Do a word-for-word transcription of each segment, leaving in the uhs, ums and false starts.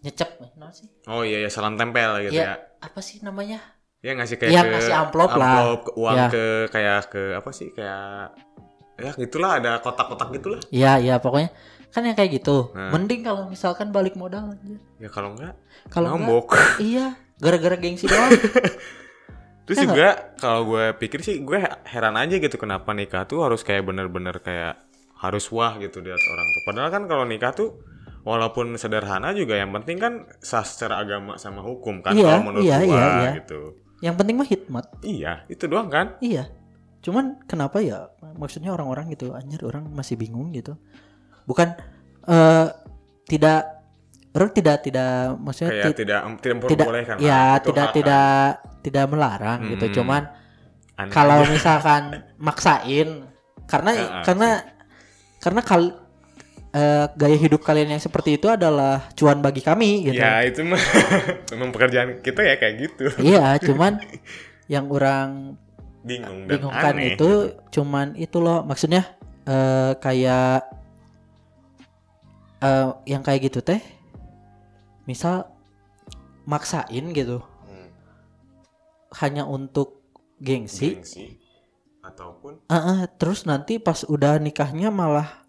nyecep nah sih. Oh iya ya salam tempel gitu ya. Ya, apa sih namanya? Ya ngasih kayak Ya, ke ngasih amplop lah. amplop, ke uang Ya. ke kayak ke apa sih kayak ya gitulah ada kotak-kotak gitulah. Iya, iya pokoknya kan yang kayak gitu. Nah. Mending kalau misalkan balik modal aja. Ya kalau enggak Kalau nombok. enggak, iya, gara-gara gengsi doang. Terus Ya juga kalau gue pikir sih gue heran aja gitu kenapa nikah tuh harus kayak bener-bener kayak harus wah gitu lihat orang tuh. Padahal kan kalau nikah tuh walaupun sederhana juga yang penting kan sah secara agama sama hukum kan Iya, kalau menurut iya, gue iya, iya. gitu. Yang penting mah hikmat. Iya, itu doang kan? Iya. Cuman kenapa ya? Maksudnya orang-orang gitu, anjir orang masih bingung gitu. Bukan eh tidak orang tidak tidak maksudnya Kayak ti- tidak tidak tidak memperbolehkan. ya lah. Itu tidak hak, tidak tidak melarang Hmm. gitu. Cuman kan? Aneh kalau aja. misalkan maksain karena Ya, karena karena kal eh, gaya hidup kalian yang seperti itu adalah cuan bagi kami gitu. Ya itu mah memang pekerjaan kita ya kayak gitu. Iya, cuman yang orang Bingung dan bingungkan aneh. itu cuman itu loh maksudnya eh, kayak eh, yang kayak gitu teh misal maksain gitu Hmm, hanya untuk gengsi, gengsi ataupun eh, eh, terus nanti pas udah nikahnya malah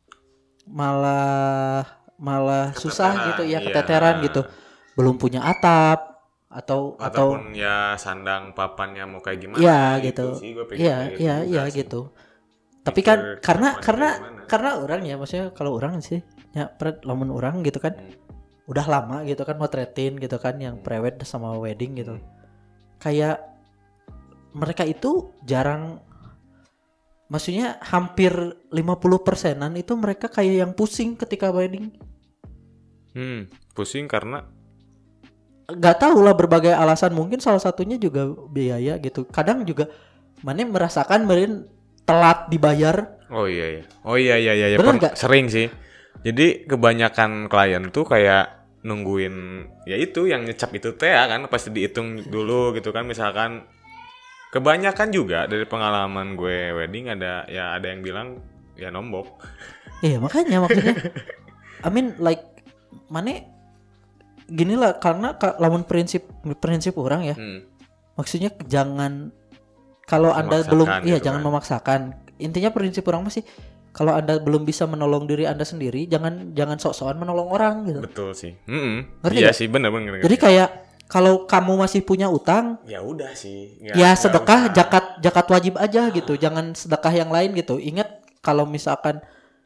malah malah susah Keteteran, gitu ya iya. keteteran gitu belum punya atap atau atau ataupun ya sandang papannya mau kayak gimana iya gitu sih, gue pikir iya kayak gitu iya juga iya sih. gitu tapi Pikir kan karena kapan karena kayak gimana. karena orang ya maksudnya kalau orang sih ya pred lamun orang gitu kan Hmm. udah lama gitu kan motretin gitu kan yang prewed sama wedding gitu Hmm. kayak mereka itu jarang maksudnya hampir lima puluh persenan itu mereka kayak yang pusing ketika wedding Hmm, pusing karena nggak tahu lah berbagai alasan mungkin salah satunya juga biaya gitu kadang juga mana merasakan meren telat dibayar oh iya iya oh iya iya iya, iya. Bener Per- nggak? sering sih jadi kebanyakan klien tuh kayak nungguin ya itu yang nyecap itu teh ya kan pasti dihitung dulu gitu kan misalkan kebanyakan juga dari pengalaman gue wedding ada ya ada yang bilang ya nombok. iya makanya maksudnya I mean like mana gini lah karena ka- lamun prinsip prinsip orang ya Hmm. maksudnya jangan kalau anda Memaksakan belum iya gitu jangan kan. memaksakan intinya prinsip orang masih kalau anda belum bisa menolong diri anda sendiri jangan jangan sok-sokan menolong orang gitu Betul sih. Mm-mm. Ngerti Iya nggak? sih bener bener. jadi kayak kalau kamu masih punya utang ya udah sih. Nggak- ya nggak sedekah usah. zakat zakat wajib aja gitu jangan sedekah yang lain gitu ingat kalau misalkan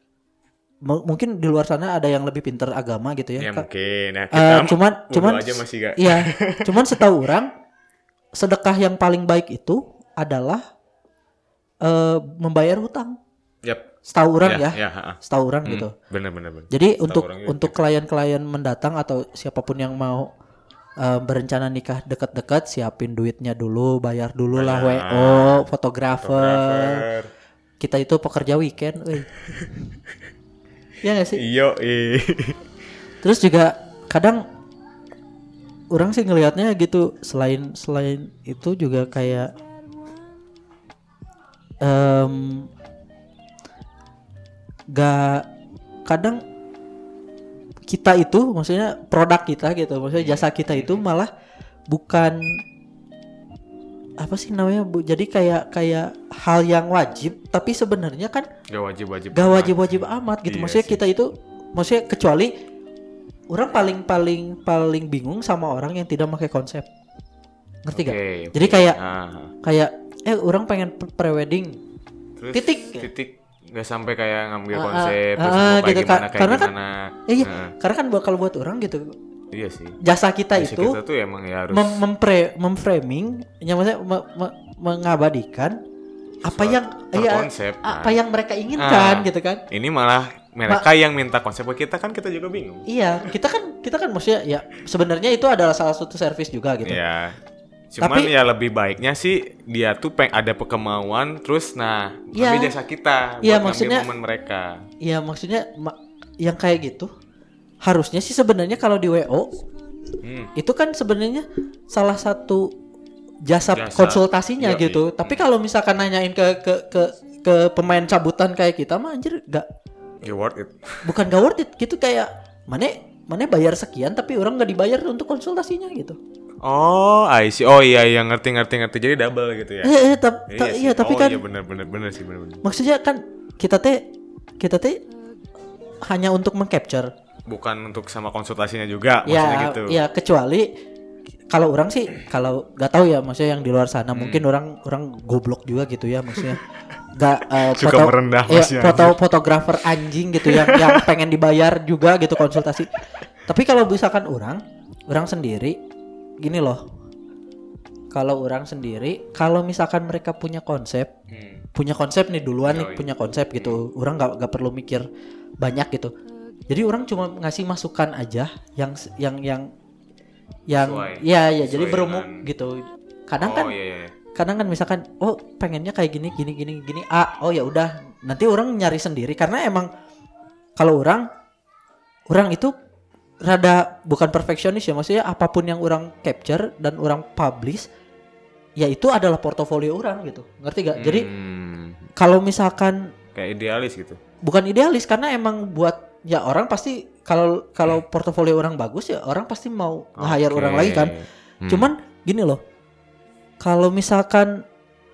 m- mungkin di luar sana ada yang lebih pintar agama gitu ya Ya Ka- mungkin. Ya, Eh, kita cuman bodo cuman aja masih gak. iya cuman setahu orang sedekah yang paling baik itu adalah eh, membayar hutang Yap. setahu orang ya, Ya, ha-ha. setahu orang Hmm, gitu Bener bener bener. jadi Setahu untuk orang juga untuk klien-klien mendatang atau siapapun yang mau eh, berencana nikah dekat-dekat siapin duitnya dulu bayar dulu lah W Bayar. O fotografer Fotografer. kita itu pekerja weekend weh. Ya nggak sih Iyo, ih. terus juga kadang orang sih ngelihatnya gitu selain selain itu juga kayak em gak kadang kita itu maksudnya produk kita gitu maksudnya jasa kita itu malah bukan apa sih namanya Bu? Jadi kayak kayak hal yang wajib tapi sebenarnya kan Gak wajib-wajib. gak wajib-wajib amat gitu. Iya Maksudnya sih. kita itu maksudnya kecuali orang paling paling paling bingung sama orang yang tidak pakai konsep. Ngerti gak? Oke, oke. Jadi kayak Ah. kayak eh orang pengen pre- pre-wedding. Terus titik. titik nggak sampai kayak ngambil Ah, ah, konsep terus ah, mau kayak gitu, gimana Kak. kayak Karena kan- gimana. Eh, iya, Nah, karena kan buat kalau buat orang gitu iya sih. jasa kita Basic itu kita tuh emang ya harus mem- mempre memframing yang maksudnya me- me- mengabadikan apa Suatu yang iya, konsep, apa kan. yang mereka inginkan Ah. gitu kan. ini malah mereka yang minta konsep ke kita kan kita juga bingung. Iya, kita kan kita kan maksudnya ya sebenarnya itu adalah salah satu service juga gitu. Ya. Cuman Tapi- ya lebih baiknya sih dia tuh peng ada kemauan terus nah Iya. ambil jasa kita Iya, buat maksudnya- ngambil momen mereka. Iya, maksudnya ma- yang kayak gitu harusnya sih sebenarnya kalau di W O Hmm. itu kan sebenarnya salah satu jasa, Jasa. konsultasinya Iya, gitu. iya. Tapi kalau misalkan nanyain ke ke ke ke pemain cabutan kayak kita mah anjir gak Ya worth it. bukan gak worth it gitu kayak mana mana bayar sekian tapi orang nggak dibayar untuk konsultasinya gitu. Oh, I see. Oh iya, iya ngerti ngerti ngerti. Jadi double gitu ya. Eh, eh tap, ta, sih. iya tapi oh, kan iya benar benar benar sih benar benar. maksudnya kan kita teh kita teh hanya untuk mengcapture. Bukan untuk sama konsultasinya juga Ya, maksudnya gitu. ya kecuali kalau orang sih kalau nggak tahu ya maksudnya yang di luar sana Hmm. mungkin orang orang goblok juga gitu ya maksudnya. Nggak uh, Suka foto, merendah iya, masnya, foto anjir. fotografer anjing gitu yang yang pengen dibayar juga gitu konsultasi. Tapi kalau misalkan orang orang sendiri gini loh. Kalau orang sendiri, kalau misalkan mereka punya konsep, hmm. punya konsep nih duluan nih, punya konsep gitu, hmm. orang nggak nggak perlu mikir banyak gitu. Jadi orang cuma ngasih masukan aja, yang yang yang yang, Sesuai. ya ya, Sesuai jadi berumur dengan... gitu. Kadang oh, kan, iya, iya. kadang kan misalkan, oh pengennya kayak gini, gini, gini, gini, ah, oh ya udah, nanti orang nyari sendiri karena emang kalau orang, orang itu rada bukan perfeksionis ya, maksudnya apapun yang orang capture dan orang publish. Ya itu adalah portofolio orang gitu, ngerti gak? Hmm. Jadi kalau misalkan kayak idealis gitu, bukan idealis karena emang buat ya orang pasti kalau kalau portofolio orang bagus ya orang pasti mau nge-hire okay. orang lagi kan. Hmm. Cuman gini loh, kalau misalkan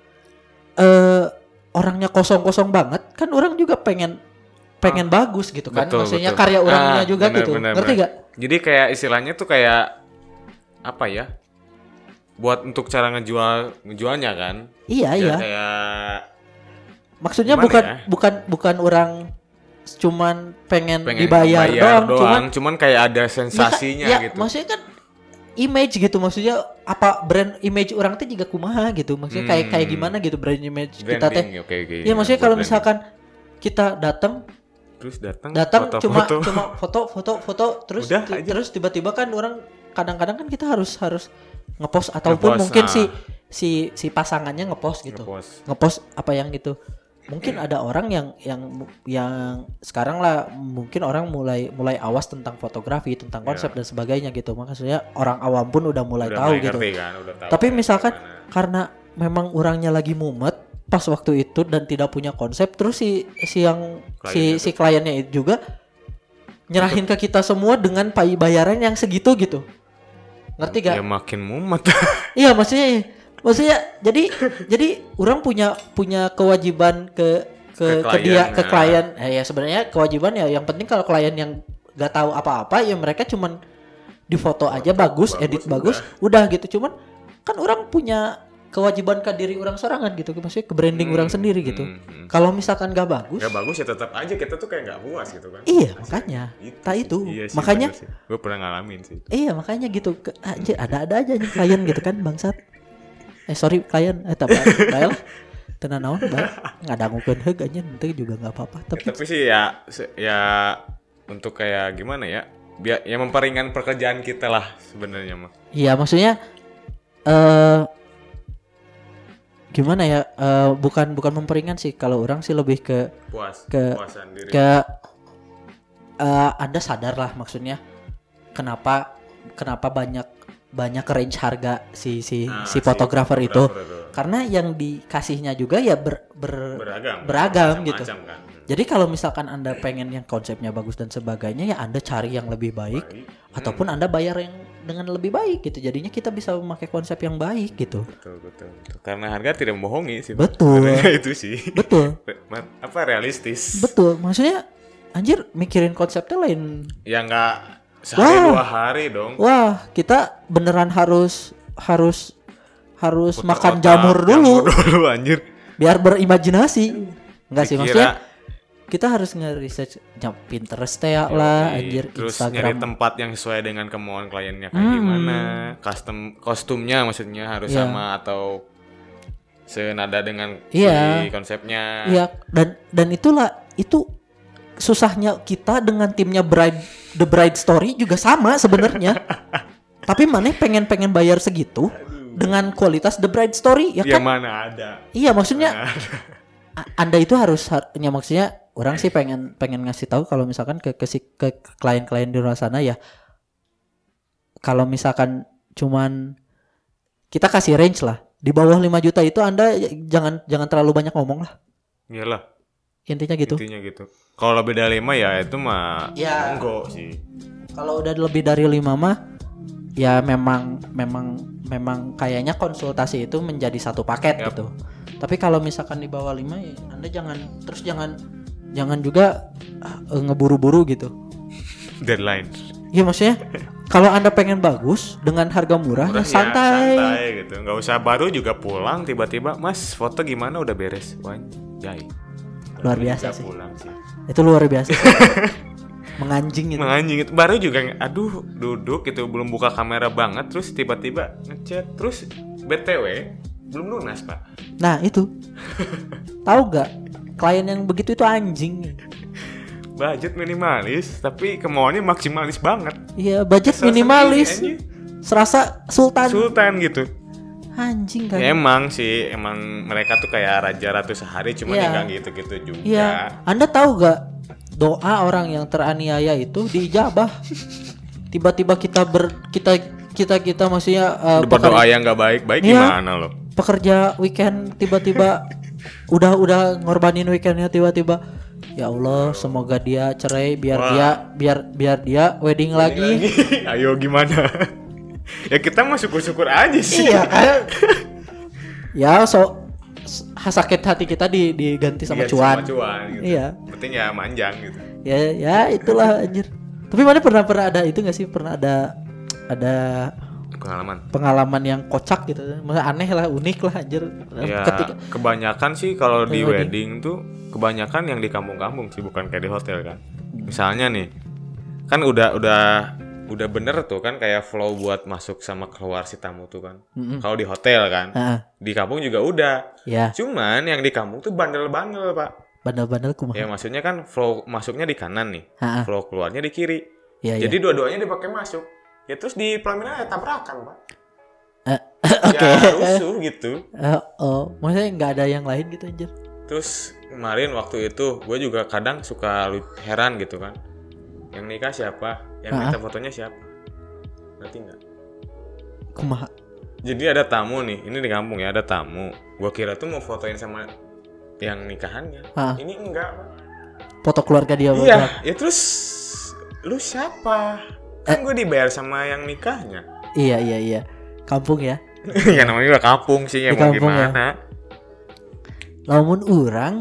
uh, orangnya kosong-kosong banget, kan orang juga pengen pengen ah. bagus gitu kan, betul, maksudnya betul. Karya orangnya ah, juga bener, gitu, bener, ngerti bener. Gak? Jadi kayak istilahnya tuh kayak apa ya? Buat untuk cara ngejual ngejualnya kan? Iya ya, iya. Kayak maksudnya bukan ya? bukan bukan orang cuman pengen, pengen dibayar doang, doang, cuman cuman kayak ada sensasinya ya, ya, gitu. Maksudnya kan image gitu, maksudnya apa brand image orang teh juga kumaha gitu, maksudnya hmm. kayak kayak gimana gitu brand image branding, kita teh. Okay, okay, ya maksudnya kalau misalkan kita datang terus datang datang cuma foto. cuma foto foto foto terus Udah, t- terus tiba-tiba kan orang kadang-kadang kan kita harus harus ngepost ataupun nge-post, mungkin ah. si si si pasangannya ngepost gitu. Ngepost. ngepost apa yang gitu. Mungkin ada orang yang yang yang sekarang lah mungkin orang mulai mulai awas tentang fotografi, tentang konsep yeah. dan sebagainya gitu. Maksudnya orang awam pun udah mulai udah tahu gitu. Kan, udah tahu tapi misalkan gimana. Karena memang orangnya lagi mumet pas waktu itu dan tidak punya konsep, terus si si yang kliennya si si kliennya itu juga nyerahin ke kita semua dengan pay bayaran yang segitu gitu. Ngerti gak? Ya makin mumet. Iya maksudnya maksudnya jadi jadi orang punya punya kewajiban ke ke ke, ke dia ke klien. Eh, ya sebenarnya kewajiban ya yang penting kalau klien yang gak tahu apa-apa ya mereka cuman difoto aja bagus, bagus edit udah. bagus, udah gitu. Cuman kan orang punya kewajiban ke diri orang sorangan gitu, maksudnya ke branding hmm, orang sendiri gitu. Hmm, hmm. Kalau misalkan gak bagus, gak bagus ya tetap aja kita tuh kayak gak puas gitu kan. Iya, Asli. makanya. Tak itu. Iya sih, makanya gue pernah ngalamin sih. Iya, makanya gitu. Anjir, ada-ada aja nih klien gitu kan, bangsat. Eh sorry klien, eh tapi bael. Tenan naon, bae. Ngadangukeun heug anjir, nanti juga enggak apa-apa. Tapi ya, tapi sih ya ya untuk kayak gimana ya? Biar ya memperingan pekerjaan kita lah sebenarnya mah. Iya, maksudnya eh uh, gimana ya, uh, bukan bukan memperingan sih, kalau orang sih lebih ke puas ke diri. ke uh, Anda sadar lah maksudnya kenapa kenapa banyak banyak range harga si si nah, si fotografer si itu. itu karena yang dikasihnya juga ya ber, ber, beragam beragam gitu kan. Jadi kalau misalkan Anda pengen yang konsepnya bagus dan sebagainya ya Anda cari yang lebih baik, baik. ataupun hmm. Anda bayar yang dengan lebih baik gitu. Jadinya kita bisa memakai konsep yang baik gitu. Betul betul. betul. Karena harga tidak membohongi sih. Betul. Itu sih. Betul. Apa realistis. Betul. Maksudnya anjir mikirin konsepnya lain. Ya enggak sehari wah, dua hari dong. Wah, kita beneran harus harus harus Putar makan jamur dulu. Jamur dulu anjir. Biar berimajinasi. Enggak sih maksudnya kita harus nge-research Pinterest ya lah, anjir, terus Instagram. Nyari tempat yang sesuai dengan kemauan kliennya kayak hmm. gimana, custom kostumnya maksudnya harus yeah. sama atau senada dengan yeah. si konsepnya. Iya, yeah. dan dan itulah itu susahnya kita dengan timnya Bride The Bride Story juga sama sebenarnya. Tapi mana pengen-pengen bayar segitu Aduh. dengan kualitas The Bride Story ya, ya kan? Mana ada. Iya, maksudnya Anda itu harus ya maksudnya orang sih pengen pengen ngasih tahu kalau misalkan ke ke, ke klien-klien di luar sana ya, kalau misalkan cuman kita kasih range lah di bawah lima juta itu Anda jangan jangan terlalu banyak ngomong lah. Iyalah. Intinya gitu. Intinya gitu. Kalau lebih dari lima ya itu mah ya, monggo sih. Kalau udah lebih dari lima mah ya memang memang memang kayaknya konsultasi itu menjadi satu paket Yap. gitu. Tapi kalau misalkan di bawah lima ya Anda jangan terus jangan jangan juga uh, ngeburu-buru gitu. Deadline. Iya maksudnya kalau Anda pengen bagus dengan harga murah, Murah ya santai. Ya, santai gitu. Nggak usah baru juga pulang tiba-tiba, Mas foto gimana udah beres. Wanjay. Luar biasa sih. Pulang sih. Itu luar biasa. Menganjing gitu. Menganjing itu baru juga aduh duduk gitu belum buka kamera banget terus tiba-tiba ngechat terus B T W belum lunas Pak. Nah itu tahu gak klien yang begitu itu anjing. Budget minimalis tapi kemauannya maksimalis banget. Iya budget Serasa minimalis gini, serasa sultan Sultan gitu. anjing kan. Ya, emang sih emang mereka tuh kayak raja ratu sehari cuma Iya. ya nggak gitu-gitu juga. Iya Anda tahu gak doa orang yang teraniaya itu diijabah. Tiba-tiba kita ber kita kita kita maksudnya uh, berdoa yang nggak baik-baik Iya. gimana loh? Pekerja weekend tiba-tiba udah udah ngorbanin weekendnya tiba-tiba ya Allah semoga dia cerai biar Wah. dia biar biar dia wedding, lagi. Ayo gimana? Ya kita mah syukur-syukur aja sih. Iya kan. Ya so sakit hati kita di, diganti sama Iya, cuan. sama cuan gitu. Iya. Penting ya manjang gitu. Ya ya itulah anjir. Tapi mana pernah pernah ada itu nggak sih? Pernah ada ada Pengalaman. pengalaman yang kocak gitu. Maksudnya aneh lah, unik lah anjir. Ya Ketika kebanyakan sih kalau di Wedding. wedding tuh kebanyakan yang di kampung-kampung sih bukan kayak di hotel kan. Misalnya nih kan udah udah udah bener tuh kan kayak flow buat masuk sama keluar si tamu tuh kan. Mm-mm. Kalau di hotel kan. Heeh. Di kampung juga udah. Ya, Cuman yang di kampung tuh bandel-bandel Pak. bandel-bandel kumaha. Ya maksudnya kan flow masuknya di kanan nih. Ha-ha. Flow keluarnya di kiri. Ya, Jadi dua-duanya dipakai masuk. Ya terus di pelaminan ada tabrakan Pak. Oke. Ya rusuh gitu. Eh, oh, maksudnya nggak ada yang lain gitu anjir. Terus kemarin waktu itu gue juga kadang suka lu- heran gitu kan. Yang nikah siapa? Yang Ha-ha. minta fotonya siapa? Ngerti nggak? Kumaha? Jadi ada tamu nih, ini di kampung ya ada tamu. Gue kira tuh mau fotoin sama yang nikahannya. Ha. Ini enggak. Pak. Foto keluarga dia Iya, Bang. ya terus lu siapa? Kan gue dibayar sama yang nikahnya. Iya iya iya. Kampung ya. Ya namanya juga kampung sih ya Di mau kampung ya. gimana? Lamun orang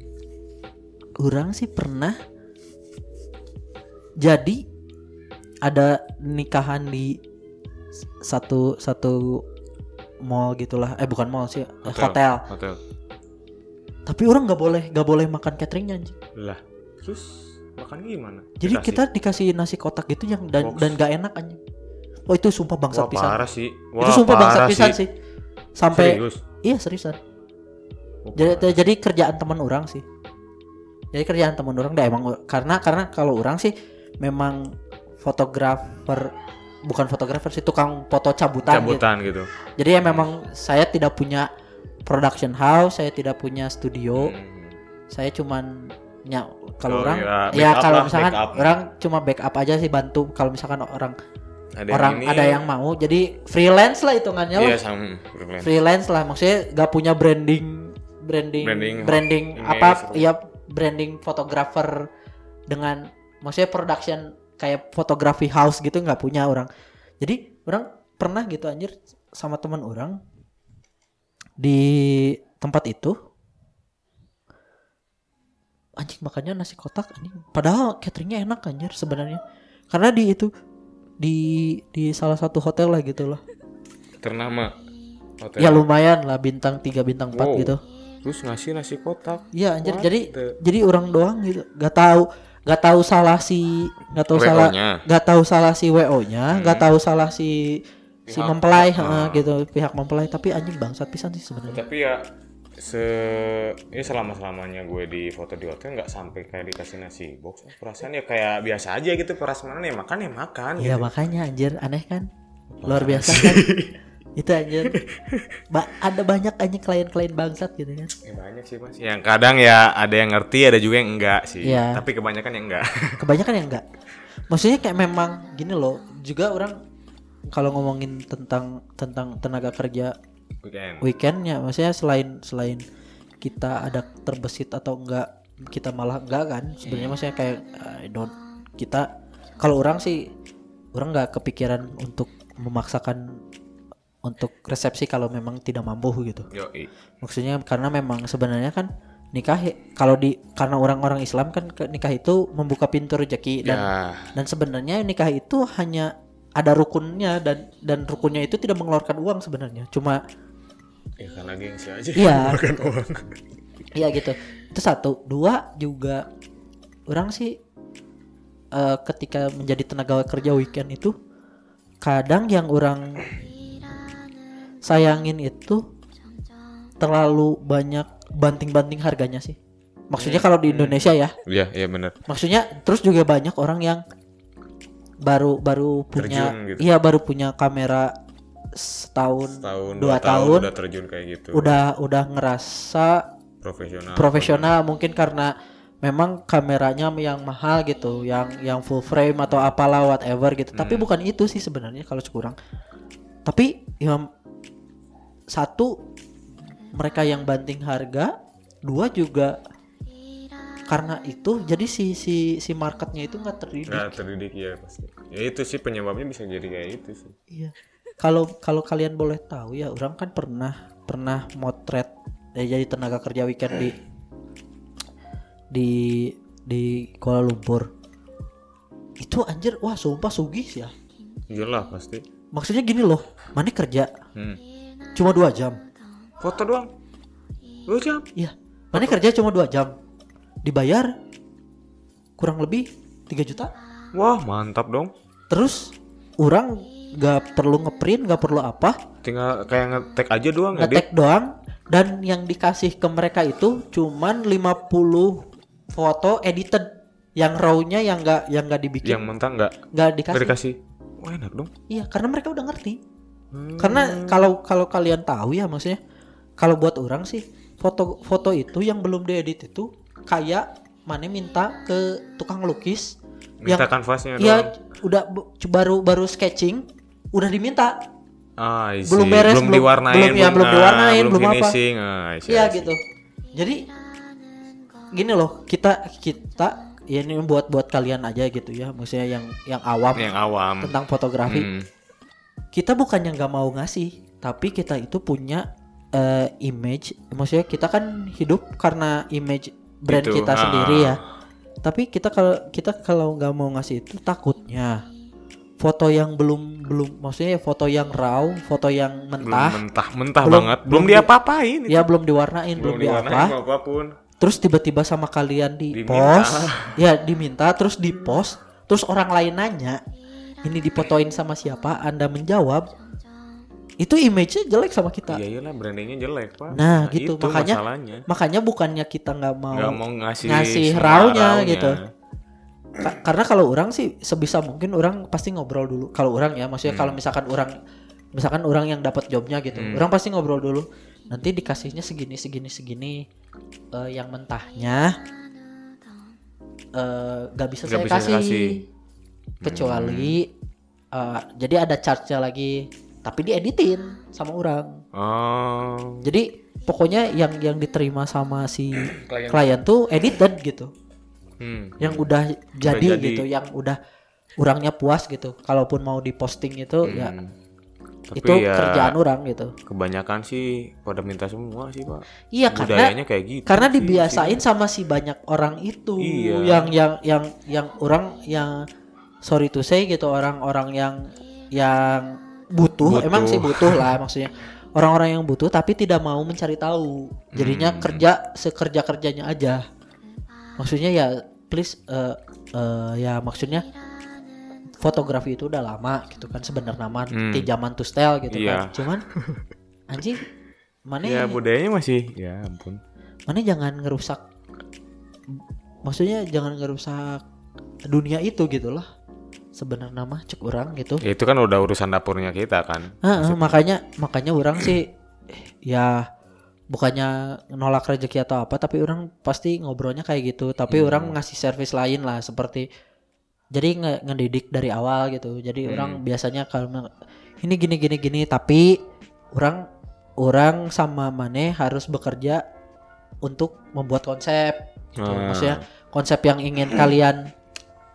orang sih pernah jadi ada nikahan di satu satu mall gitulah. Eh bukan mall sih, hotel. Hotel. Tapi orang nggak boleh nggak boleh makan cateringnya anjing. Lah, terus makan gimana? Jadi Dikasih? kita dikasih nasi kotak gitu yang dan Box. dan gak enak anjing. Oh itu sumpah bangsat Wah, pisan. parah sih. Wah, Itu sumpah bangsat parah pisan sih. Sampai Serius? iya seriusan. Oh, Jadi, parah. jadi kerjaan teman orang sih. Jadi kerjaan teman orang dah emang karena karena kalau orang sih memang fotografer bukan fotografer sih tukang foto cabutan, Cabutan gitu. gitu. Jadi ya memang saya tidak punya production house, saya tidak punya studio. Hmm. Saya cuman nya kalau Oh, orang ya, ya backup kalau lah, misalkan backup. orang cuma backup aja sih bantu kalau misalkan orang Ada orang yang ini, ada yang mau jadi freelance lah hitungannya Iya lah. sama freelance. Freelance lah maksudnya gak punya branding branding Branding, branding, image, apa apa. ya branding fotografer dengan maksudnya production kayak fotografi house gitu nggak punya orang. Jadi orang pernah gitu anjir sama teman orang di tempat itu anjing makannya nasi kotak anjing padahal cateringnya enak anjir sebenarnya karena di itu di di salah satu hotel lah gitu loh. Ternama hotel. Ya lumayan lah bintang tiga bintang empat Wow. gitu. Terus ngasih nasi kotak. Iya anjir What jadi the- jadi orang doang gitu. Gak tahu gak tahu salah si gak tahu W O-nya. salah gak tahu salah si W O-nya, gak tahu salah si si Pihak- mempelai ah. heeh, gitu pihak mempelai tapi anjing bangsat pisan sih sebenarnya. Tapi ya se ini selama selamanya gue di foto di hotel nggak sampai kayak dikasih nasi box. Perasaan ya kayak biasa aja gitu. Perasaan ya makan ya makan. Iya gitu. makanya anjir aneh kan. Luar biasa kan. Itu anjir. Ba- ada banyak anjing klien-klien bangsat gitu kan. Ya, banyak sih mas. Yang kadang ya ada yang ngerti, ada juga yang enggak sih. Iya. Tapi kebanyakan yang enggak. Kebanyakan yang enggak. Maksudnya kayak memang gini loh, juga orang kalau ngomongin tentang tentang tenaga kerja Weekend. weekendnya, maksudnya selain selain kita ada terbesit atau enggak, kita malah enggak kan. Sebenarnya maksudnya kayak I don't kita kalau orang sih orang nggak kepikiran untuk memaksakan untuk resepsi kalau memang tidak mampu gitu. Yoi. Maksudnya karena memang sebenarnya kan nikah kalau di karena orang-orang Islam kan nikah itu membuka pintu rezeki dan Ya. dan sebenarnya nikah itu hanya ada rukunnya dan dan rukunnya itu tidak mengeluarkan uang sebenarnya. Cuma Ya karena gengsi aja. Iya. Makan uang. iya gitu. Itu satu, dua juga orang sih uh, ketika menjadi tenaga kerja weekend itu kadang yang orang sayangin itu terlalu banyak banting-banting harganya sih. Maksudnya kalau di Indonesia ya. Iya, iya benar. Maksudnya terus juga banyak orang yang baru baru punya Terjun gitu. iya baru punya kamera setahun, Setahun, dua dua tahun, udah terjun kayak gitu. udah udah ngerasa profesional. profesional mungkin karena memang kameranya yang mahal gitu, yang yang full frame atau apalah whatever gitu. Tapi Hmm. bukan itu sih sebenarnya kalau kurang. Tapi yang satu mereka yang banting harga, dua juga karena itu jadi si si si marketnya itu nggak terdidik. Nggak terdidik ya pasti. Ya itu sih penyebabnya bisa jadi kayak itu sih. Iya. Kalau kalau kalian boleh tahu ya, orang kan pernah pernah motret eh, jadi tenaga kerja weekend di di di Kuala Lumpur. Itu anjir, wah sumpah sugih ya. Iyalah pasti. Maksudnya gini loh, mana kerja Hmm. cuma dua jam. Foto doang. Dua jam. Iya, mana kerja cuma dua jam, dibayar kurang lebih tiga juta. Wah mantap dong. Terus orang nggak perlu ngeprint, nggak perlu apa, Tinggal kayak ngetek aja doang. ngetek doang. Dan yang dikasih ke mereka itu cuman lima puluh foto edited, yang raw-nya yang nggak yang nggak dibikin, Yang mentah nggak nggak nggak dikasih. dikasih. Wah enak dong. Iya, karena mereka udah ngerti. Hmm. Karena kalau kalau kalian tahu ya, maksudnya kalau buat orang sih foto foto itu yang belum diedit itu kayak mana minta ke tukang lukis Minta yang kanvasnya doang. ya udah bu- baru baru sketching udah diminta, Ah, I see. belum beres, belum belum- diwarnain, belum- ya, belum ah, diwarnain, belum apa. finishing. Ah, I see, iya I see. gitu. Jadi gini loh, kita kita ya ini buat buat kalian aja gitu ya, maksudnya yang yang awam Yang awam. tentang fotografi. Hmm. Kita bukannya nggak mau ngasih, tapi kita itu punya eh, image, maksudnya kita kan hidup karena image brand Gitu, kita ah. sendiri ya. Tapi kita kalau kita kalau nggak mau ngasih itu takutnya foto yang belum belum maksudnya foto yang raw, foto yang Belum mentah, mentah, mentah Belum- banget. belum Belum di- diapa-apain. itu. ya belum diwarnain, belum, belum di diwarnain apa. mau apapun. Terus tiba-tiba sama kalian di Diminta. post, ya diminta, terus di post, terus orang lain nanya, ini difotoin sama siapa? Anda menjawab, itu image-nya jelek sama kita. Iya iyalah brandingnya jelek pak. Nah, gitu. itu Makanya- masalahnya. Makanya bukannya kita nggak mau, Nggak mau ngasih, ngasih semua raw-nya raw-nya. gitu. Ka- karena kalau orang sih sebisa mungkin orang pasti ngobrol dulu. Kalau orang ya, maksudnya Hmm. kalau misalkan orang, misalkan orang yang dapat jobnya gitu, Hmm. orang pasti ngobrol dulu. Nanti dikasihnya segini, segini, segini. Eh, yang mentahnya eh, nggak bisa Nggak saya bisa kasih, kasih. kecuali eh, jadi ada charge-nya lagi, tapi dieditin sama orang. Oh. Jadi pokoknya yang yang diterima sama si Klien. klien tuh edited gitu. Hmm. Yang udah jadi, jadi. gitu, yang udah orangnya puas gitu. Kalaupun mau diposting itu ya Hmm. Tapi itu ya, kerjaan orang gitu. Kebanyakan sih pada minta semua sih pak. Iya, karena Budayanya kayak gitu. karena sih, dibiasain sih. sama si banyak orang itu. Iya. Yang yang yang yang orang yang sorry to say gitu, orang-orang yang yang butuh, Butuh. emang sih butuh lah maksudnya. Orang-orang yang butuh tapi tidak mau mencari tahu. Jadinya Hmm. kerja sekerja-kerjanya aja. Maksudnya ya please eh eh, ya maksudnya fotografi itu udah lama gitu kan sebenarnya nama Hmm. di zaman to style gitu kan. Iya. Cuman anjing mana Ya budayanya masih. Ya ampun. mana jangan ngerusak, maksudnya jangan ngerusak dunia itu gitu lah. Sebenarnya nama cek orang gitu. Ya, itu kan udah urusan dapurnya kita kan. Heeh, makanya makanya orang sih ya bukannya nolak rezeki atau apa, tapi orang pasti ngobrolnya kayak gitu. Tapi Hmm. orang ngasih service lain lah, seperti jadi nge- ngedidik dari awal gitu. Jadi Hmm. orang biasanya kalau meng- ini gini gini gini, tapi orang orang sama Mane harus bekerja untuk membuat konsep. Gitu. Ah. Maksudnya konsep yang ingin kalian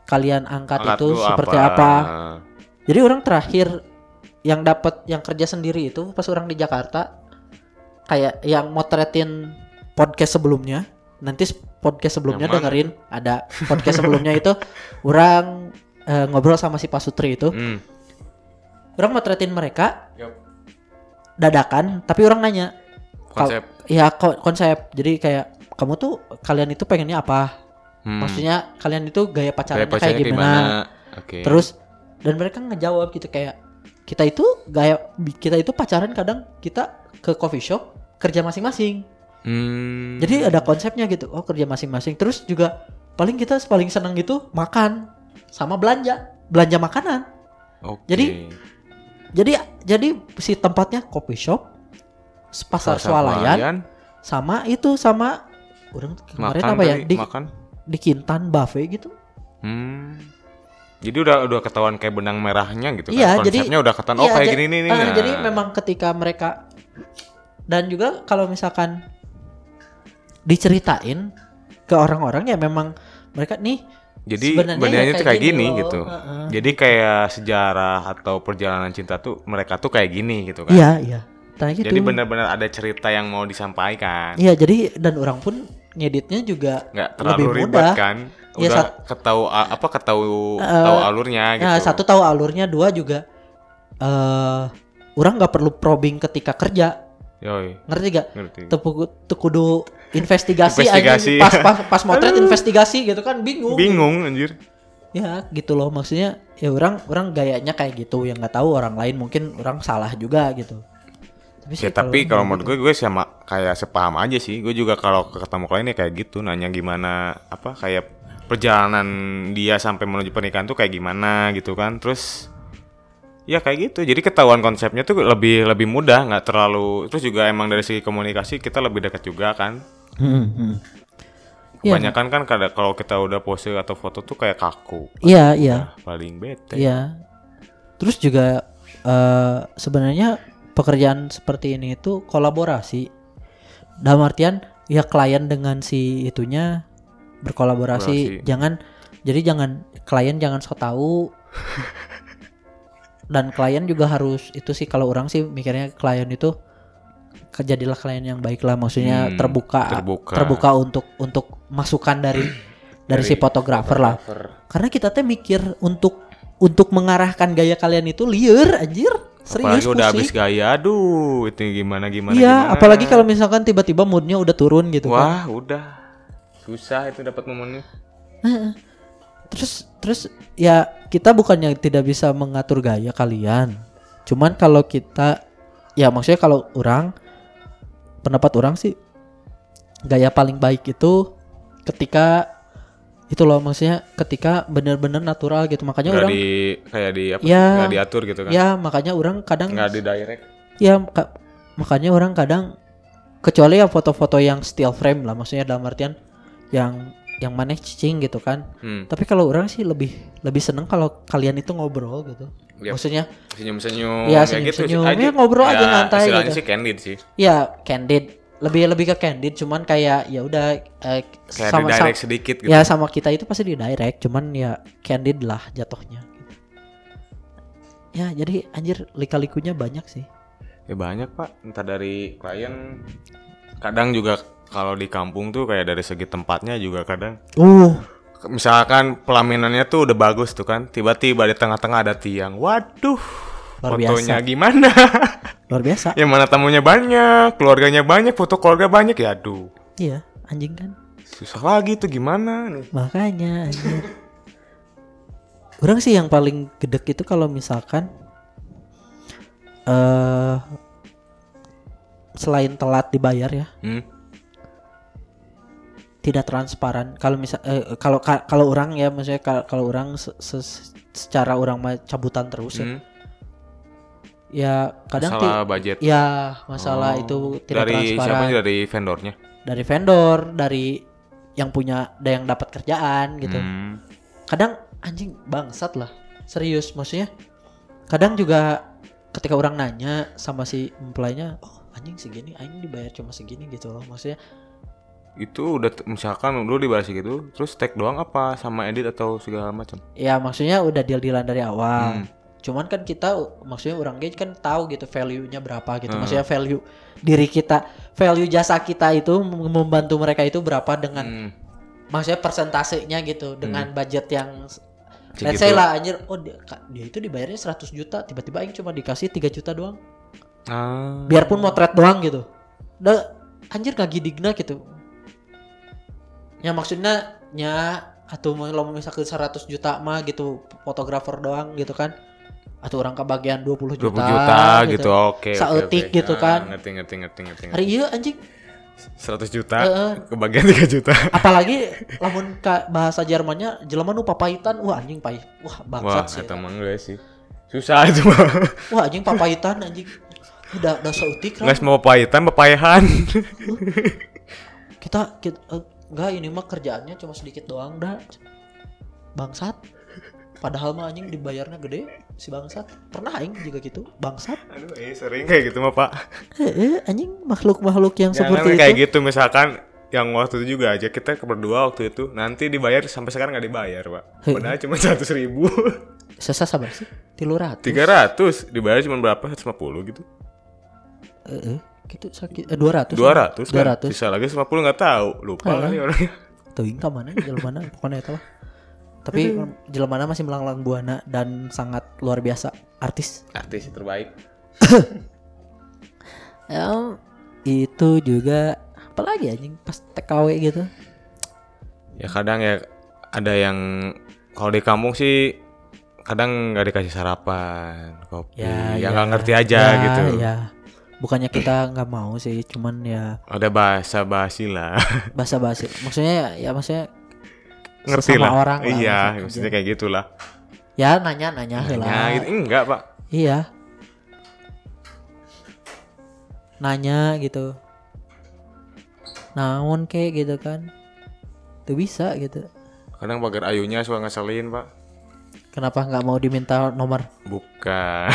kalian angkat, Angkat itu tuh seperti apa. Jadi orang terakhir yang dapat yang kerja sendiri itu pas orang di Jakarta, kayak yang motretin podcast sebelumnya. Nanti podcast sebelumnya dengerin, ada podcast sebelumnya itu orang uh, ngobrol sama si Pak Sutri itu. Hmm. Orang motretin mereka. Yep. Dadakan, tapi orang nanya konsep. Kal- ya ko- konsep. Jadi kayak kamu tuh kalian itu pengennya apa? Hmm. Maksudnya kalian itu gaya pacarannya, gaya pacarannya kayak gimana? gimana? Okay. Terus dan mereka ngejawab gitu kayak kita itu gaya kita itu pacaran kadang kita ke coffee shop kerja masing-masing. Hmm. Jadi ada konsepnya gitu. Oh, kerja masing-masing. Terus juga paling kita paling senang gitu makan sama belanja, belanja makanan. Okay. Jadi jadi jadi si tempatnya coffee shop, pasar swalayan, sama itu sama orang kemarin makan apa ya di makan. Di Kintan buffet gitu. Hmm. Jadi udah udah ketahuan kayak benang merahnya gitu kan. Iya, konsepnya jadi, udah ketahuan oh iya, kayak j- gini nih. Uh, nah. Jadi memang ketika mereka dan juga kalau misalkan diceritain ke orang-orang ya memang mereka nih jadi sebenarnya itu kayak gini, gini gitu. Uh-uh. Jadi kayak sejarah atau perjalanan cinta tuh mereka tuh kayak gini gitu kan. Iya, iya. Gitu. Jadi benar-benar ada cerita yang mau disampaikan. Iya, jadi dan orang pun ngeditnya juga nggak terlalu lebih ribet mudah kan. Udah ya, sat- ketahu apa ketahu uh, tahu alurnya gitu. Nah, satu tahu alurnya, dua juga eh uh, orang nggak perlu probing ketika kerja. Yoi. Ngerti gak? Ngerti. Tuh kudu investigasi, investigasi. Aja pas pas pas motret investigasi gitu kan bingung. Bingung anjir. Ya gitu loh, maksudnya ya orang orang gayanya kayak gitu, yang nggak tahu orang lain mungkin orang salah juga gitu. Tapi ya tapi kalau menurut gue gue sama kayak sepaham aja sih. Gue juga kalau ketemu klien ya kayak gitu, nanya gimana apa kayak perjalanan dia sampai menuju pernikahan tuh kayak gimana gitu kan. Terus ya kayak gitu. Jadi ketahuan konsepnya tuh lebih lebih mudah, nggak terlalu. Terus juga emang dari segi komunikasi kita lebih dekat juga kan. Hmm, hmm. Kebanyakan ya, kan kada kalau kita udah pose atau foto tuh kayak kaku. Iya, iya. Paling bete. Iya. Terus juga uh, sebenarnya pekerjaan seperti ini itu kolaborasi. Dalam artian ya klien dengan si itunya berkolaborasi. Kolaborasi. Jangan jadi jangan klien jangan sok tahu. Dan klien juga harus itu sih kalau orang sih mikirnya klien itu jadilah klien yang baik lah, maksudnya hmm, terbuka, terbuka terbuka untuk untuk masukan dari dari, dari si fotografer lah. Karena kita teh mikir untuk untuk mengarahkan gaya kalian itu liar anjir. Serius apalagi udah habis gaya, aduh itu gimana gimana. Iya, apalagi kalau misalkan tiba-tiba moodnya udah turun gitu. Wah, kan. udah susah itu dapat momennya. Terus terus ya kita bukannya tidak bisa mengatur gaya kalian. Cuman kalau kita ya maksudnya kalau orang pendapat orang sih gaya paling baik itu ketika itu loh, maksudnya ketika benar-benar natural gitu. Makanya nggak orang di kayak di apa ya, nggak diatur gitu kan. Ya, makanya orang kadang nggak di direct. Ya, ka- makanya orang kadang kecuali ya foto-foto yang still frame lah, maksudnya dalam artian yang yang maneh cicing gitu kan. Hmm. Tapi kalau orang sih lebih lebih seneng kalau kalian itu ngobrol gitu. Yep. Maksudnya senyum-senyum ya senyum-senyum ya, gitu. Ya, ngobrol ya, aja nyantai istilahnya gitu. Sih candid sih. Ya, candid. Lebih lebih ke candid, cuman kayak ya udah eh, kayak sama di direct sama, sedikit gitu. Ya sama kita itu pasti di direct, cuman ya candid lah jatuhnya gitu. Ya, jadi anjir lika-likunya banyak sih. Ya banyak, Pak. Entah dari klien kadang juga kalau di kampung tuh kayak dari segi tempatnya juga kadang. Uh. Misalkan pelaminannya tuh udah bagus tuh kan, tiba-tiba di tengah-tengah ada tiang. Waduh. Luar fotonya biasa. Gimana? Luar biasa. Yang mana tamunya banyak, keluarganya banyak, foto keluarga banyak ya aduh. Iya, anjing kan. Susah lagi tuh gimana nih. Makanya anjir. Orang sih yang paling gedek itu kalau misalkan uh, selain telat dibayar ya. Hmm? Tidak transparan. Kalau misal eh, kalau kalau orang ya maksudnya kalau orang se, se, secara orang cabutan terus hmm. ya. Ya kadang masalah ti- budget. Ya, masalah oh. itu tidak dari transparan. Dari siapa? Dari vendornya? Dari vendor, dari yang punya ada yang dapat kerjaan gitu. Hmm. Kadang anjing bangsat lah. Serius maksudnya. Kadang juga ketika orang nanya sama si employee-nya, "Oh, anjing segini, aing dibayar cuma segini" gitu loh. Maksudnya Itu udah t- misalkan dulu dibayar segitu, terus tag doang apa sama edit atau segala macam? Ya maksudnya udah deal-dealan dari awal. Hmm. Cuman kan kita maksudnya orang gauge kan tahu gitu value-nya berapa gitu. Hmm. Maksudnya value diri kita, value jasa kita itu mem- membantu mereka itu berapa dengan Hmm. maksudnya persentasenya gitu dengan budget yang let's Segitu. say lah anjir, oh dia, ka- dia itu dibayarnya seratus juta, tiba-tiba aing cuma dikasih tiga juta doang. Ah. Biarpun motret doang gitu. Udah anjir ngagidigna gitu. Ya maksudnya nya atau kalau misalkan seratus juta mah gitu fotografer doang gitu kan. Atau orang kebagian dua puluh juta, dua puluh juta gitu. Oke. Saeutik oke, gitu oke. kan. Ah, ngerti ngerti ngerti ngerti. ngerti. Hari iya anjing. seratus juta Heeh. kebagian tiga juta. Apalagi lamun ka bahasa Jermannya jelema nu papahitan, wah anjing pahit. Wah Wah, bangsat sih. eta mah enggak sih. Susah itu mah. Wah anjing papahitan anjing. Udah udah saeutik Enggak kan. semua pahitan, papayahan. Kita, kita eh, enggak ini mah kerjaannya cuma sedikit doang dah. Bangsat. Padahal mah anjing dibayarnya gede si bangsat. Pernah aing juga gitu, bangsat. Aduh, eh sering kayak gitu mah, Pak. Eh, eh anjing makhluk-makhluk yang Jangan seperti kayak itu. gitu misalkan yang waktu itu juga aja kita berdua waktu itu nanti dibayar sampai sekarang nggak dibayar, Pak. Hei. Padahal cuma seratus ribu. Sesa sabar sih. tiga ratus. Tiga ratus dibayar cuma berapa? seratus lima puluh gitu. Eh, eh, gitu sakit. Eh, dua ratus. Dua ratus Dua kan? ratus. Sisa lagi seratus lima puluh nggak tahu. Lupa Eh. kali orangnya. Tuh ka mana jelema mana pokoknya itu lah. Tapi jelema mana masih melanglang buana dan sangat luar biasa artis. Artis terbaik. Ya, itu juga apalagi anjing pas T K W gitu. Ya kadang ya ada yang kalau di kampung sih kadang nggak dikasih sarapan, kopi, Ya, yang ya. nggak ngerti aja Ya, gitu. Ya. Bukannya kita nggak mau sih, cuman ya Ada bahasa basi lah, basa-basi. Maksudnya ya, ya maksudnya ngerti sesama lah. orang lah, iya, maksudnya. maksudnya kayak gitulah. ya nanya-nanya heula. Ya, gitu. Enggak pak. Iya. Nanya gitu. Naon kek gitu kan. Tuh bisa gitu. Kadang pagar ayunya suka ngeselin pak. Kenapa nggak mau diminta nomor? Bukan.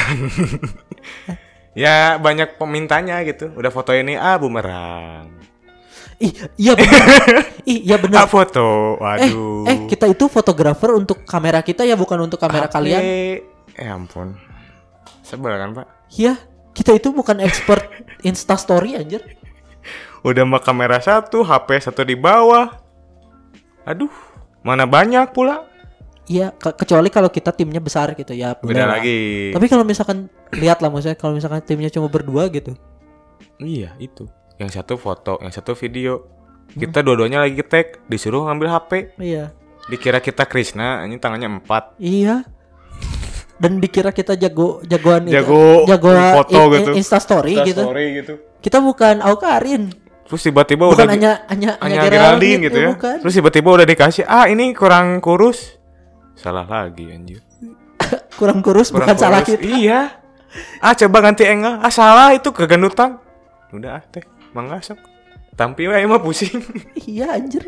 Ya banyak pemintanya gitu. Udah foto ini ah bumerang. Ih, iya benar. Ih, iya Ah benar. foto. Eh, Waduh. eh kita itu fotografer untuk kamera kita ya, bukan untuk kamera H P. kalian. Eh ampun. Sebel kan pak. Iya, kita itu bukan expert Insta story anjir. Udah mah kamera satu, H P satu di bawah. Aduh, mana banyak pula. Iya, ke- kecuali kalau kita timnya besar gitu ya. boleh Beda lah. lagi. Tapi kalau misalkan lihat lah maksudnya kalau misalkan timnya cuma berdua gitu. Iya, itu. Yang satu foto, yang satu video. Kita dua-duanya lagi tag, disuruh ngambil H P. Iya. Dikira kita Krishna, ini tangannya empat. Iya. Dan dikira kita jago jagoan itu. Jago jago foto in- gitu. in- Insta story Insta gitu. story gitu. Kita bukan Aukarin. Terus tiba-tiba Bukan udah hanya hanya hanya Geraldine gitu ya. Bukan. Terus tiba-tiba udah dikasih, ah ini kurang kurus. Salah lagi anjir. Kurang kurus Kurang bukan salah kurus. kita. Iya. Ah coba ganti angle. Ah salah itu kegendutan. Udah ah teh, manggasok. Tampi wae mah pusing. Iya anjir.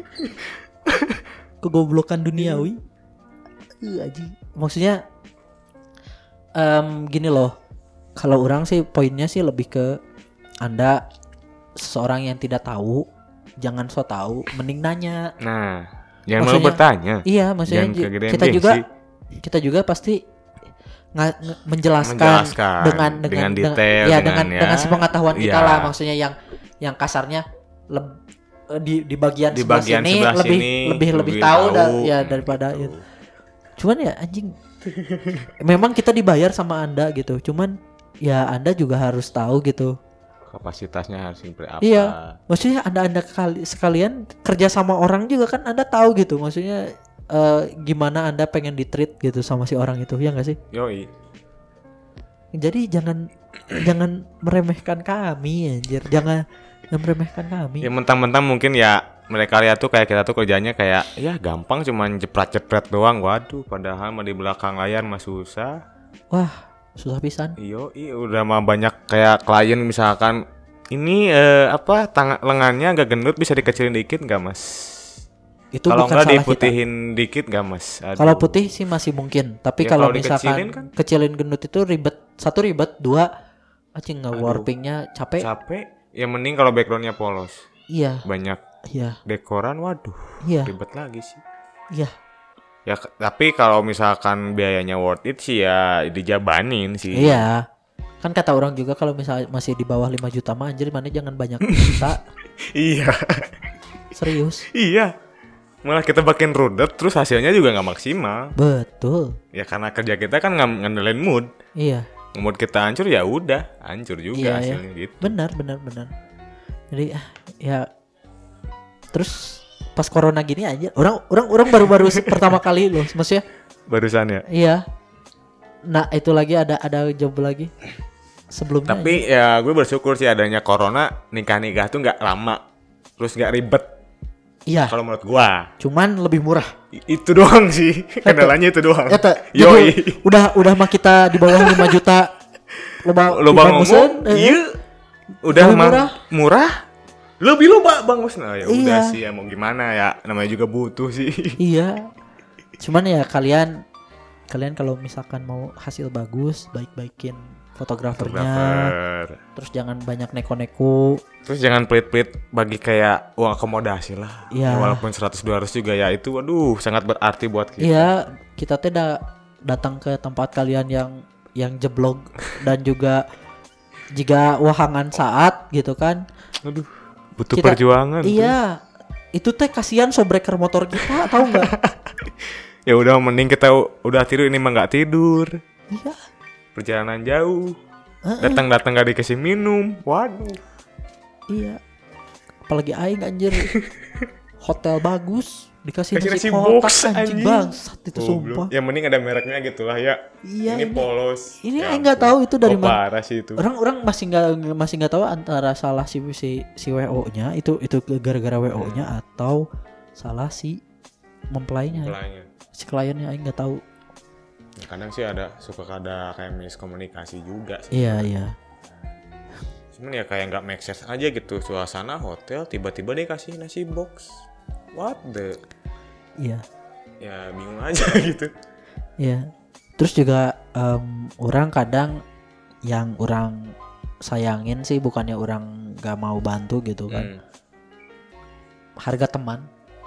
Kegoblokan duniawi. Eh aji. Maksudnya em, gini loh. Kalau orang sih poinnya sih lebih ke Anda seseorang yang tidak tahu, jangan so tahu, mending nanya. Nah, jangan malu Maksudnya- bertanya. Iya, maksudnya Jangan j- kegedean kita gengsi. juga kita juga pasti nga- nge- menjelaskan, Menjelaskan dengan dengan dengan dengan- detail, ya dengan dengan ya, dengan sepengetahuan kita iya. lah, maksudnya yang yang kasarnya leb- eh, di di bagian Di sebelah bagian sini sebelah lebih sini lebih lebih lebih tahu tahu. da- ya daripada itu. Cuman ya anjing. Memang kita dibayar sama Anda gitu. Cuman ya Anda juga harus tahu gitu. Kapasitasnya harus seperti apa. Iya. Maksudnya Anda Anda kali sekalian kerja sama orang juga kan Anda tahu gitu. Maksudnya eh, gimana Anda pengen di-treat gitu sama si orang itu, ya enggak sih? Yoi. Jadi jangan jangan meremehkan kami anjir. Jangan jangan meremehkan kami. Ya mentang-mentang mungkin ya mereka lihat tuh kayak kita tuh kerjanya kayak ya gampang cuman jepret-jepret doang. Waduh, padahal mah di belakang layar mah susah. Wah, susah pisan. Iyo, iya udah mah banyak kayak klien misalkan ini eh, apa tangan lengannya agak gendut bisa dikecilin dikit nggak mas? Itu Kalau bukan nggak salah kita. diputihin dikit nggak mas? Aduh. Kalau putih sih masih mungkin, tapi Ya, kalau kalau misalkan dikecilin kan? kecilin gendut itu ribet. Satu ribet, dua acing nge Aduh. warpingnya capek. capek, ya mending kalau backgroundnya polos Iya. banyak Iya. Dekoran, waduh, Iya. ribet lagi sih. Iya. Ya k- tapi kalau misalkan biayanya worth it sih ya dijabanin sih. Iya. Kan kata orang juga kalau misalnya masih di bawah lima juta mah anjir mana jangan banyak minta. Iya. Serius. Iya. Malah kita makin rudet terus hasilnya juga nggak maksimal. Betul. Ya karena kerja kita kan ng- ngandelin mood. Iya. Mood kita hancur ya udah, hancur juga Iya, hasilnya iya. gitu. Benar, benar, benar. Jadi ah, ya terus pas corona gini aja orang orang orang baru-baru se- pertama kali loh maksudnya. Barusan ya. Iya. Nah, itu lagi ada ada job lagi. Sebelumnya. Tapi ya gue bersyukur sih adanya corona, nikah-nikah tuh nggak lama, terus nggak ribet. iya. Kalau menurut gua, Cuman lebih murah. I- itu doang sih. Kendalanya itu doang. Eta, Yoi. jadi udah udah mah kita di bawah lima juta. Loba Lo bang musen, ngomong, eh, iya, udah lebih mah murah. murah, lebih lo bang bang Gus. Nah ya Iya. udah sih ya mau gimana ya, namanya juga butuh sih. Iya. Cuman ya kalian kalian kalau misalkan mau hasil bagus, baik-baikin fotografernya. Fotografer. Terus jangan banyak neko-neko. Terus jangan pelit-pelit bagi kayak uang akomodasi lah. Ya, Iya. walaupun seratus dua ratus juga ya itu waduh sangat berarti buat kita. Iya, kita teh da- datang ke tempat kalian yang yang jeblok dan juga jika wahangan saat gitu kan. Aduh, butuh Kita- perjuangan. tuh. Iya. Itu teh kasihan sobreker motor kita tahu nggak? Ya udah mending kita u- udah tidur ini mah nggak tidur. Iya. Perjalanan jauh. Heeh. Datang-datang gak dikasih minum. Waduh. Iya. Apalagi aing anjir. Hotel bagus dikasih Kasih nasi nasi kotak box, anjing anjing. bangsat itu Goblok. sumpah. Yang mending ada mereknya gitu lah ya. Iya, ini, ini- polos. ini Ya aing nggak ampun. tahu itu dari Oh, mana. parah sih itu. Orang-orang masih nggak masih nggak tahu antara salah si si si W O-nya itu itu gara-gara W O-nya atau salah si mempelainya. Belanya. Si kliennya aing nggak tahu. Ya, kadang sih ada suka ada kayak miskomunikasi juga sih. Iya, iya. Cuman ya kayak nggak make sense aja gitu, suasana hotel tiba-tiba dia kasih nasi box. What the? Iya. Ya bingung aja gitu. Iya. Terus juga em, orang kadang yang orang sayangin sih bukannya orang nggak mau bantu gitu kan. Hmm. Harga teman.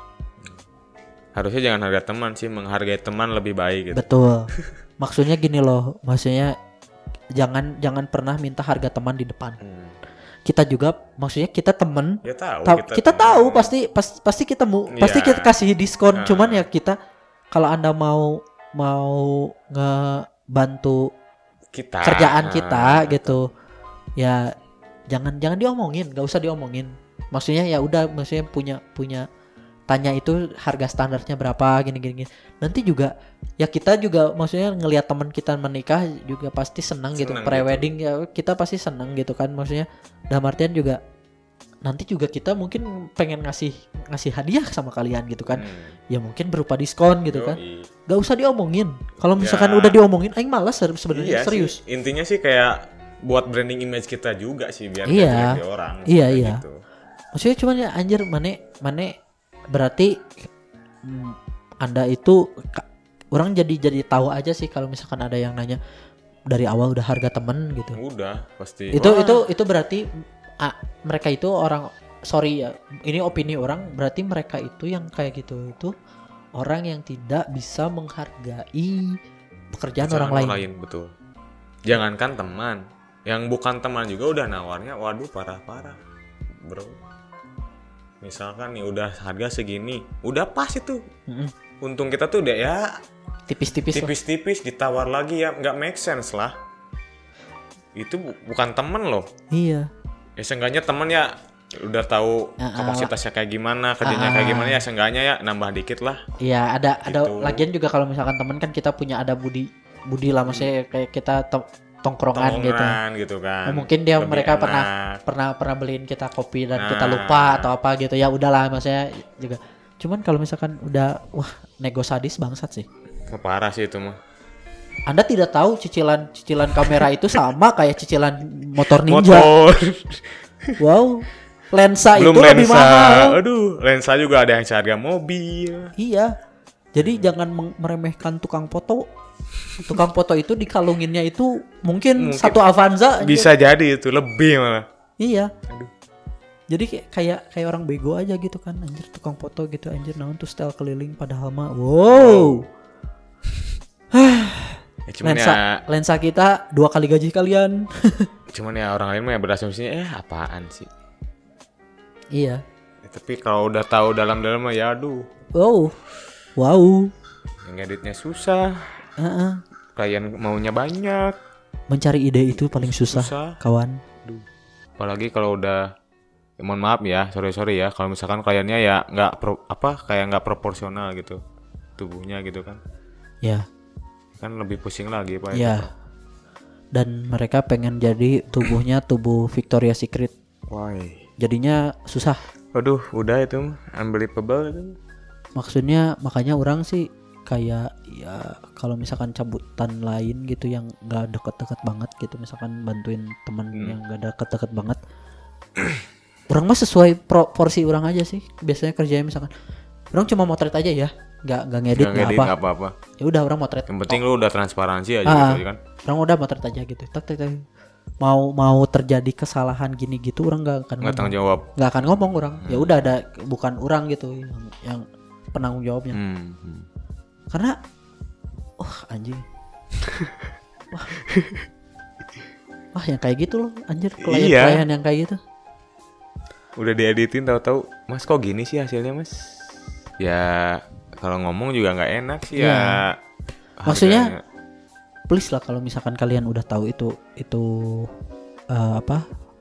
Harusnya jangan harga teman sih, menghargai teman lebih baik gitu. Betul. Maksudnya gini loh, maksudnya jangan jangan pernah minta harga teman di depan. Hmm. Kita juga maksudnya kita temen, Ya tahu ta- kita, teman. tahu pasti pas- pasti kita mau Iya. pasti kita kasih diskon. Nah. Cuman ya kita kalau Anda mau mau ngebantu kita kerjaan Nah, kita gitu, ya jangan jangan diomongin, nggak usah diomongin. Maksudnya ya udah, maksudnya punya punya tanya itu harga standarnya berapa gini gini, gini. Nanti juga ya kita juga maksudnya ngelihat teman kita menikah juga pasti senang gitu, Senang pre-wedding ya kita pasti senang gitu kan, maksudnya dalam artian juga nanti juga kita mungkin pengen ngasih ngasih hadiah sama kalian gitu kan, Hmm. ya mungkin berupa diskon gitu kan, Yoi. nggak usah diomongin. Kalau misalkan Ya. udah diomongin, aing malas ser- Iya sebenarnya serius. sih. Intinya sih kayak buat branding image kita juga sih biar Iya. nggak jelek di orang. Iya, kayak iya. gitu. Maksudnya cuman ya anjir mane mane berarti mm, Anda itu ka- orang jadi jadi tahu aja sih kalau misalkan ada yang nanya dari awal udah harga temen gitu. Udah pasti. Itu Wah, itu itu berarti ah, mereka itu orang, sorry ya, ini opini orang, berarti mereka itu yang kayak gitu itu orang yang tidak bisa menghargai pekerjaan jangan orang lain. betul. Jangankan teman, yang bukan teman juga udah nawarnya, waduh parah-parah, bro. Misalkan nih udah harga segini, udah pas itu. Mm-mm. Untung kita tuh udah ya Tipis-tipis lah. tipis-tipis ditawar lagi ya, nggak make sense lah. Itu bu- bukan temen loh. Iya. Ya seenggaknya temen ya udah tahu Ah, ah, kapasitasnya kayak gimana, kerjanya Ah, kayak ah. gimana ya seenggaknya ya nambah dikit lah. Iya, ada ada Gitu. lagian juga kalau misalkan teman kan kita punya ada budi budi lah, maksudnya kayak kita to- tongkrongan gitu. Tongkrongan gitu kan. Nah, mungkin dia Lebih mereka enak. pernah pernah pernah beliin kita kopi dan kita Nah. lupa atau apa gitu. Ya udahlah, maksudnya juga. Cuman kalau misalkan udah wah nego sadis bangsat sih. Parah sih itu mah. Anda tidak tahu cicilan cicilan kamera itu sama kayak cicilan motor ninja. Motor. Wow. Lensa Belum itu lebih lensa. mahal. Aduh, lensa juga ada yang seharga mobil. Iya. Jadi jangan meng- meremehkan tukang foto. Tukang foto itu dikalunginnya itu mungkin, Mungkin satu Avanza. anjir. Bisa jadi itu lebih malah. Iya. Aduh. Jadi kayak kayak kayak orang bego aja gitu kan, anjir tukang foto gitu anjir naon tuh style keliling padahal mah wow. Ya, cuman lensa ya, lensa kita dua kali gaji kalian. cuman ya orang lain mah ya berasumsinya eh apaan sih. Iya. Ya, tapi kalau udah tahu dalam-dalam mah ya aduh. Wow. Wow. Ngeditnya susah. Uh-uh. Klien maunya banyak. Mencari ide itu paling susah, Susah. kawan. Aduh. Apalagi kalau udah ya mohon maaf ya, sorry sorry ya, kalau misalkan kliennya ya nggak pro, apa kayak nggak proporsional gitu tubuhnya gitu kan, Ya. kan lebih pusing lagi pak. Ya. Itu. Dan mereka pengen jadi tubuhnya tubuh Victoria's Secret. Why? Jadinya susah. Waduh, udah itu unbelievable itu. Maksudnya makanya orang sih kayak ya kalau misalkan cabutan lain gitu yang nggak deket-deket banget gitu, misalkan bantuin teman Hmm. yang nggak deket-deket banget. Orang mah sesuai pro, porsi orang aja sih. Biasanya kerjanya misalkan orang cuma motret aja ya, nggak nggak ngedit Nggak nggak ngedit apa. nggak apa-apa. Ya udah orang motret. Yang penting lu udah transparansi aja Ah, gitu kan. Orang udah motret aja gitu. Tak tak tak. Mau mau terjadi kesalahan gini gitu orang nggak akan Nggak ngomong. tanggung jawab. Nggak akan ngomong orang. Ya udah ada bukan orang gitu yang, yang penanggung jawabnya. Hmm. hmm. Karena wah anjing. Wah. Wah yang kayak gitu loh anjir, klien-klien yang kayak gitu. Udah dieditin tahu-tahu, Mas kok gini sih hasilnya Mas? Ya kalau ngomong juga nggak enak sih ya. Iya. Maksudnya Harganya. please lah kalau misalkan kalian udah tahu itu itu uh, apa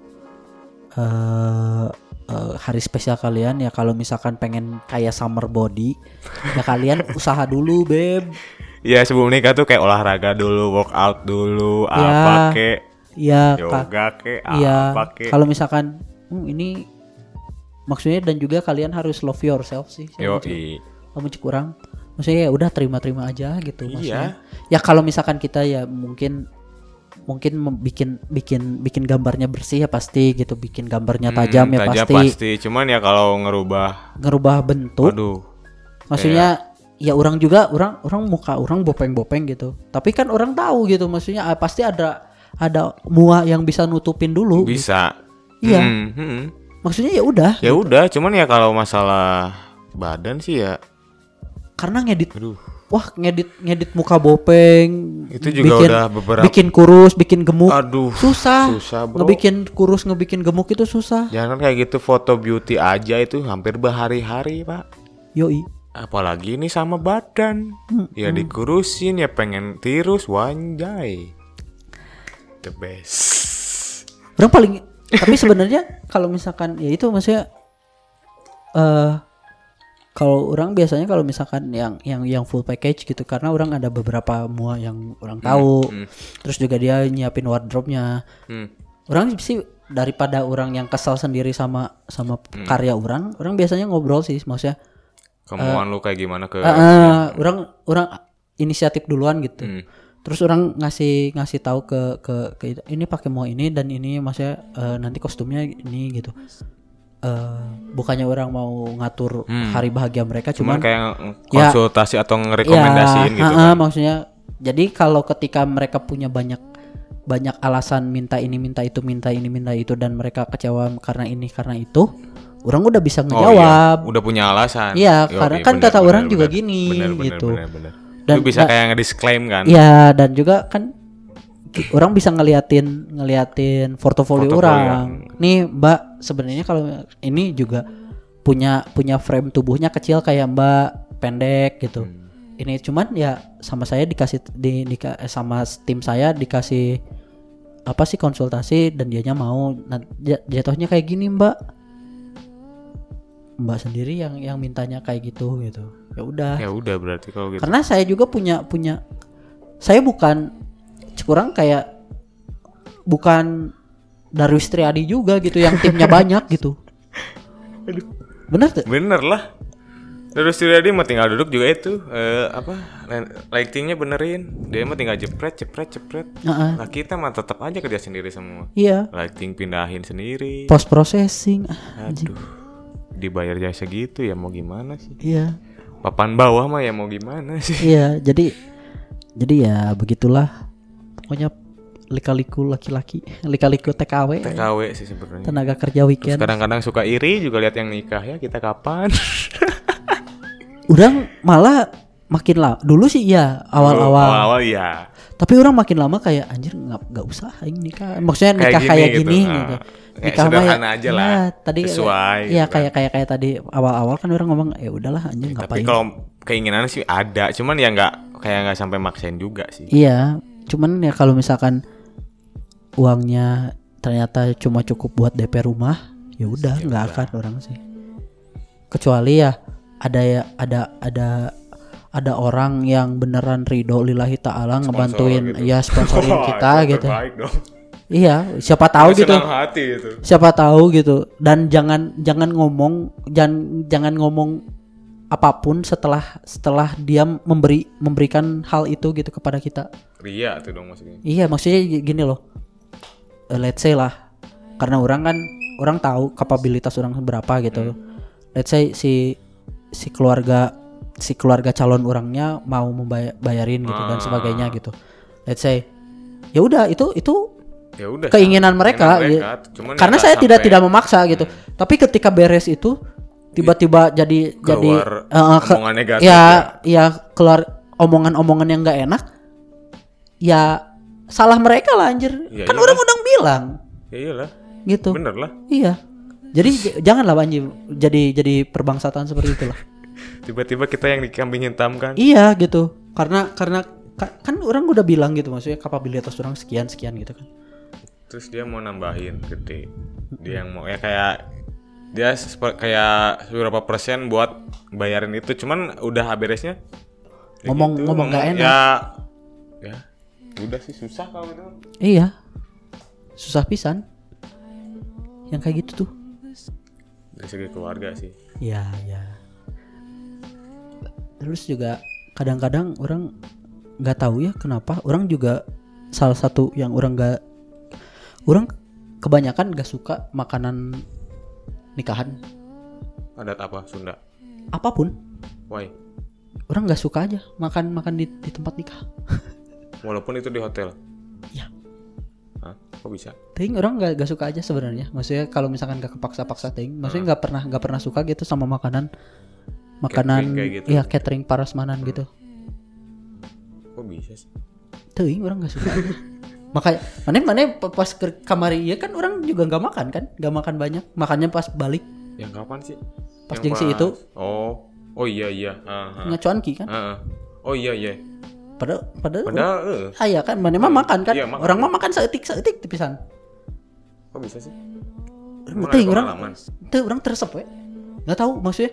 uh, uh, hari spesial kalian ya, kalau misalkan pengen kayak summer body ya kalian usaha dulu beb. Ya sebelum nikah tuh kayak olahraga dulu, workout dulu, Ya, apa kek, ya yoga kek, iya apa kek. kalau misalkan hmm, ini maksudnya, dan juga kalian harus love yourself sih. Yo, Kamu cek kurang, maksudnya ya udah terima-terima aja gitu. Maksudnya iya. ya kalau misalkan kita ya mungkin mungkin mem- bikin bikin bikin gambarnya bersih ya pasti gitu, bikin gambarnya tajam Hmm, ya tajam pasti. pasti. Cuman ya kalau ngerubah, Ngerubah bentuk, waduh, maksudnya ya orang juga orang orang muka orang bopeng-bopeng gitu, tapi kan orang tahu gitu, maksudnya ah, pasti ada ada mua yang bisa nutupin dulu. bisa. Iya. Hmm, hmm. Maksudnya ya udah. Ya udah, cuman ya kalau masalah badan sih ya, Karena ngedit, aduh, wah ngedit ngedit muka bopeng, itu juga bikin, udah beberapa. bikin kurus, bikin gemuk, Aduh, susah. susah bro. Ngebikin kurus, ngebikin gemuk itu susah. Jangan kayak gitu, foto beauty aja itu hampir berhari-hari pak. Yoi. Apalagi ini sama badan, Hmm, ya dikurusin ya pengen tirus, wanjay, the best. Orang paling, tapi sebenarnya kalau misalkan ya itu maksudnya, eh kalau orang biasanya kalau misalkan yang yang yang full package gitu, karena orang ada beberapa mua yang orang tahu, hmm. terus juga dia nyiapin wardrobe-nya. Hmm. Orang sih daripada orang yang kesal sendiri sama sama Hmm. karya orang, orang biasanya ngobrol sih, maksudnya. Kemauan lu kayak gimana ke? Uh, uh, orang orang inisiatif duluan gitu. Hmm. Terus orang ngasih ngasih tahu ke ke, ke ini pakai mau ini dan ini, maksudnya uh, nanti kostumnya ini gitu. Uh, bukannya orang mau ngatur Hmm. hari bahagia mereka, Cuman cuman, kayak ya, konsultasi atau ngerekomendasiin ya, gitu uh, kan. uh, maksudnya. Jadi kalau ketika mereka punya banyak banyak alasan minta ini minta itu minta ini minta itu dan mereka kecewa karena ini karena itu, orang udah bisa Oh, ngejawab. iya. Udah punya alasan. Iya, Yo, karena iya, kan bener, kata bener, orang juga bener. gini, Bener, bener, gitu. bener, bener. Dan- Lu bisa dan- kayak nge-disclaim kan? Iya, dan juga kan ki- orang bisa ngeliatin ngeliatin portofolio Portofolio orang. Nih, Mbak, sebenarnya kalau ini juga punya punya frame tubuhnya kecil kayak Mbak, pendek gitu. Hmm. Ini cuman ya sama saya dikasih di, di sama tim saya dikasih apa sih konsultasi dan dianya mau. Nah, j- jatuhnya kayak gini, Mbak. Mbak sendiri yang yang mintanya kayak gitu gitu. Ya udah. Ya udah berarti kalau gitu. Karena saya juga punya punya saya bukan kurang kayak bukan Darwis Triadi juga gitu yang timnya banyak gitu. Bener tuh? Bener lah. Terus dia mah tinggal duduk juga itu eh, apa lightingnya benerin, dia mah tinggal jepret jepret jepret. Uh-uh. Nah kita mah tetap aja kerja sendiri semua. Iya. Lighting pindahin sendiri. Post processing. Anjing. Aduh, dibayar jasa gitu ya mau gimana sih? Iya. Papan bawah mah ya mau gimana sih? Iya. Jadi jadi ya begitulah. Pokoknya lika-liku laki-laki, lika-liku T K W. T K W sih sebenarnya. Tenaga kerja Terus weekend. kadang-kadang suka iri juga lihat yang nikah ya kita kapan. Orang malah makin lama. Dulu sih ya awal-awal. Awal-awal ya. Tapi orang makin lama kayak anjir nggak nggak usah aing nikah. Maksudnya nikah Kayak kayak gini gini gitu. gitu. Nah, kayak Nikah mah ya, sederhana aja lah. ya, tadi Sesuai Iya gitu kan. kayak kayak kayak tadi awal-awal kan orang ngomong ya udahlah anjir Tapi ngapain. kalau keinginan sih ada, cuman ya nggak kayak nggak sampai maksain juga sih. Iya, cuman ya kalau misalkan uangnya ternyata cuma cukup buat D P rumah, ya udah Ya nggak udah. akan orang sih. Kecuali ya ada ya ada ada ada orang yang beneran ridho lillahi ta'ala ngebantuin gitu. ya sponsorin Wah, kita itu gitu. terbaik dong. Iya, siapa tahu Itu gitu. senang hati itu. Siapa tahu gitu. Dan jangan jangan ngomong jangan jangan ngomong apapun setelah setelah dia memberi memberikan hal itu gitu kepada kita. Ria tuh dong maksudnya. Iya, maksudnya gini loh. Uh, let's say lah, karena orang kan orang tahu kapabilitas orang berapa gitu. Hmm. Let's say si si keluarga si keluarga calon orangnya mau membayarin gitu dan Ah. sebagainya gitu. Let's say ya udah itu itu Ya udah. keinginan sama. mereka, Keinginan ya. Cuman Karena ya saya nggak tidak sampai tidak memaksa gitu. Tapi ketika beres itu tiba-tiba jadi jadi keluar eh, ke- omongan negatif ya ya. ya keluar omongan-omongan yang nggak enak. Ya salah mereka lah anjir. Ya kan iyalah. orang udah bilang Ya iyalah. gitu. Bener lah. Iya. Jadi j- janganlah anjir jadi jadi perbangsatan seperti itulah. Tiba-tiba kita yang dikambing hitamkan. Iya gitu. Karena karena ka- kan orang udah bilang gitu maksudnya kapabilitas orang sekian sekian gitu kan. Terus dia mau nambahin gede. Dia yang mau ya kayak dia sepe- kayak beberapa persen buat bayarin itu. Cuman udah beresnya ya Ngomong- ngomong nggak enak. Ya, ya udah sih susah kalau gitu. Iya. Susah pisan. Yang kayak gitu tuh. Dari segi keluarga sih. Iya, iya. Terus juga kadang-kadang orang nggak tahu ya kenapa orang juga salah satu yang orang nggak orang kebanyakan gak suka makanan nikahan Adat apa Sunda? apapun. Why? Orang nggak suka aja makan makan di, di tempat nikah. Walaupun itu di hotel. Iya. Hah? Kok bisa? Ting orang nggak nggak suka aja sebenarnya. Maksudnya kalau misalkan gak kepaksa-paksa ting, maksudnya nggak pernah nggak pernah suka gitu sama makanan makanan Catering kayak gitu. ya catering parasmanan gitu. Kok bisa sih? Ting orang nggak suka. Aja. Makanya mana mana pas ke kamari ya kan orang juga nggak makan kan, nggak makan banyak. Makannya pas balik Yang kapan sih? Pas Yang jengsi itu. Oh. Oh iya iya. Ah, ah. ngecuanki kan. Ah, ah. Oh iya iya. Padahal padahal, Padahal eh. ah ya kan mana mah makan kan. Iya, makan. Orang mah makan seetik seetik tipisan. Kok bisa sih? Orang Emang ting ada orang pengalaman? teu orang teresep we. Nggak tahu maksudnya.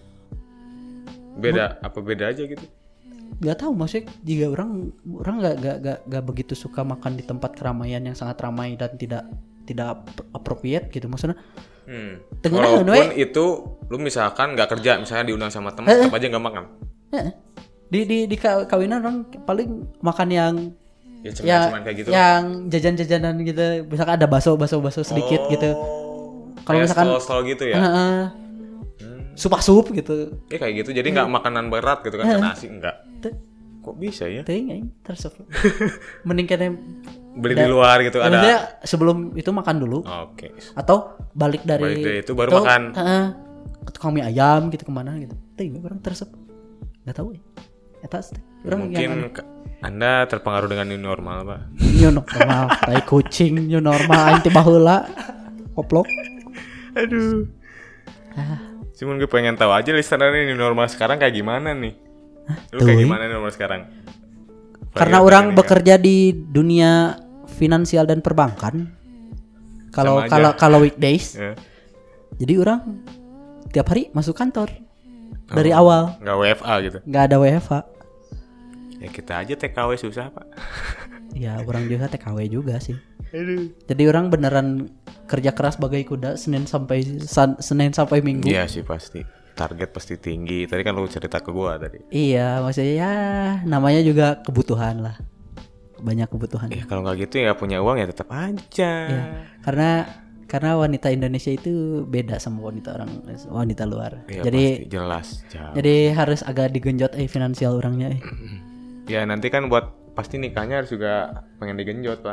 Beda apa beda aja gitu? Nggak tahu maksudnya jika orang orang nggak nggak nggak nggak begitu suka makan di tempat keramaian yang sangat ramai dan tidak tidak appropriate gitu maksudnya. Hmm. Tengenahan, Walaupun we. itu lu misalkan nggak kerja, misalnya diundang sama teman, Eh, eh. tetap aja nggak makan. Heeh. Di di di ka- kawinan orang paling makan yang Ya ya cuman kayak gitu. yang jajan-jajanan gitu misalkan ada bakso bakso bakso sedikit Oh, gitu. Kalau misalkan- stol-stol gitu ya. Heeh. Hmm. Sup-sup gitu. Ya kayak gitu. Jadi nggak makanan berat gitu kan, kayak nasi enggak. Teu Kok bisa ya? teuing aing teresep. Mending kene Beli Da- di luar gitu ada. maksudnya sebelum itu makan dulu Oke. atau balik dari Balik dari itu baru atau, makan. heeh, ke tukang mie ayam gitu kemana gitu. Teuing orang teresep. Enggak tahu ya. Eta teh. Orang Mungkin yang ke- Anda terpengaruh dengan new normal, Pak. new normal, tai kucing new normal aing teh baheula. Koplok. Aduh. Cuman gue pengen tahu aja listener ini new normal sekarang kayak gimana nih? Lu kayak Tuh. gimana new normal sekarang? Karena Apalagi orang ini kan. bekerja di dunia finansial dan perbankan. Kalau Sama aja. kalau kalau weekdays, Ya. jadi orang tiap hari masuk kantor dari Oh, awal, nggak W F A gitu. nggak ada W F H. Ya kita aja T K W susah, Pak. Ya orang juga T K W juga sih. Aduh. Jadi orang beneran kerja keras bagai kuda Senin sampai san, Senin sampai Minggu. Iya sih pasti. Target pasti tinggi. Tadi kan lu cerita ke gua tadi. Iya, maksudnya ya namanya juga kebutuhan lah. Banyak kebutuhan. Ya kalau nggak gitu ya nggak punya uang ya tetap aja. Ya, karena karena wanita Indonesia itu beda sama wanita orang wanita luar. Ya, jadi pasti jelas. Jauh. jadi harus agak digenjot eh finansial orangnya. Eh. Ya nanti kan buat pasti nikahnya harus juga pengen digenjot, Pak.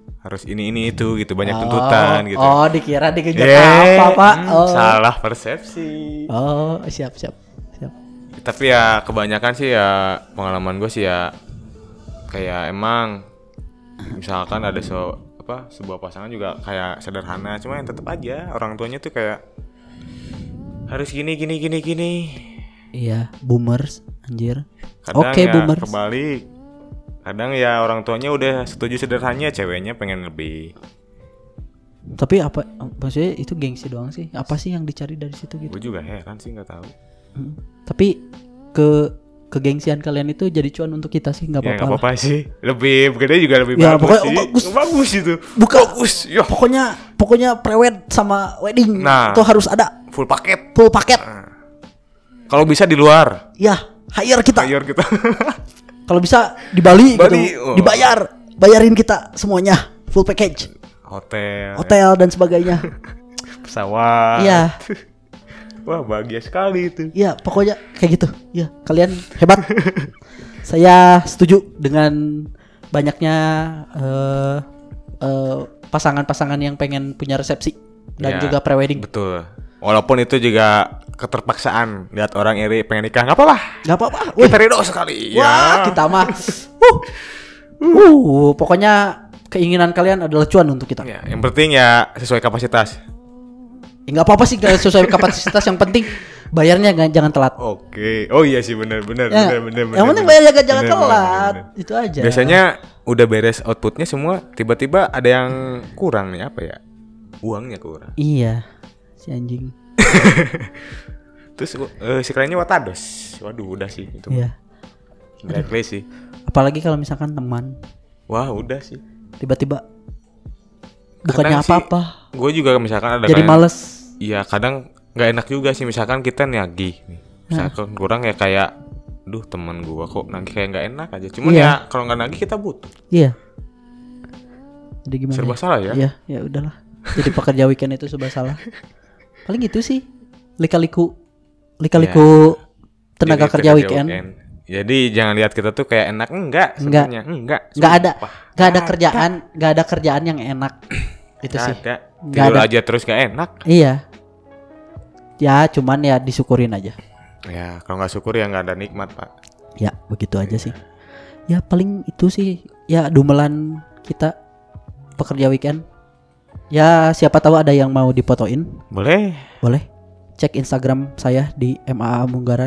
harus ini ini itu gitu, banyak Oh, tuntutan gitu. Oh, dikira dikejar Eh, apa, Pak? hmm, Oh. Salah persepsi. Oh, siap, siap. Siap. Tapi ya kebanyakan sih ya pengalaman gue sih ya kayak emang misalkan ada so apa sebuah pasangan juga kayak sederhana, cuma yang tetap aja orang tuanya tuh kayak harus gini gini gini gini. Iya, boomers anjir. Kadang Oke, ya boomers. kebalik. Kadang ya orang tuanya udah setuju sederhananya, ceweknya pengen lebih. Tapi apa maksudnya itu gengsi doang sih? Apa sih yang dicari dari situ gitu? Gue juga heran sih nggak tahu. Hmm. Tapi ke kegengsian kalian itu jadi cuan untuk kita sih, nggak Ya apa-apa. nggak lah. apa-apa sih. Lebih gede juga lebih Ya, bagus pokoknya sih. bagus. Bagus itu. Buka, Bagus. Ya. Pokoknya pokoknya prewed sama wedding Nah. itu harus ada Full paket. full paket. Kalau bisa di luar. Ya, hire kita. Ayo kita. Kalau bisa di Bali, Bali, gitu. oh. Dibayar, bayarin kita semuanya full package. Hotel. Hotel dan sebagainya. Pesawat. Iya. Wah, bahagia sekali itu. Iya, pokoknya kayak gitu. Iya, kalian hebat. Saya setuju dengan banyaknya eh, eh, pasangan-pasangan yang pengen punya resepsi dan Ya, juga prewedding. Betul. Walaupun itu juga keterpaksaan, lihat orang iri pengen nikah nggak apa-apa. Gak apa-apa. Wih, Kita ridho sekali. wah, ya. kita mah. Uh, uh, pokoknya keinginan kalian adalah cuan untuk kita. Ya, yang penting ya sesuai kapasitas. Ya, nggak apa-apa sih kalau sesuai kapasitas, yang penting bayarnya nggak- jangan telat. Oke. Oh iya sih benar benar Ya, benar benar. yang penting bayarnya nggak- jangan telat. Itu aja. Biasanya udah beres outputnya semua, tiba-tiba ada yang kurang nih, apa ya? Uangnya kurang. Iya, si anjing. Terus uh, si kliennya watados. Waduh, udah sih itu. Iya. Blacklist sih. Apalagi kalau misalkan teman Wah, udah sih. tiba-tiba bukannya apa-apa, Gue juga misalkan ada jadi klien- males. Iya, kadang nggak enak juga sih misalkan kita nagih nih. Misalkan kurang ya kayak duh teman gua kok nagih kayak nggak enak aja. Cuman Iya. ya kalau nggak nagih kita butuh. Iya. Jadi gimana? Serba ya? salah ya. Iya, ya udahlah. Jadi pekerja weekend itu serba salah. Paling gitu sih. Lika-liku lika-liku tenaga Jadi kerja weekend. Jadi jangan lihat kita tuh kayak enak, enggak Enggak. sebenarnya, enggak. Nggak ada Sumpah. nggak ada kerjaan, nggak ada kerjaan yang enak. Itu Nggak sih. ada. Nggak Tidur ada. aja terus nggak enak. Iya. Ya, cuman ya disyukurin aja. Ya kalau nggak syukur ya nggak ada nikmat, Pak. Ya, begitu aja sih. Ya paling itu sih. Ya dumelan kita pekerja weekend. Ya siapa tahu ada yang mau dipotoin. Boleh. Boleh. Cek Instagram saya di M A A Munggaran.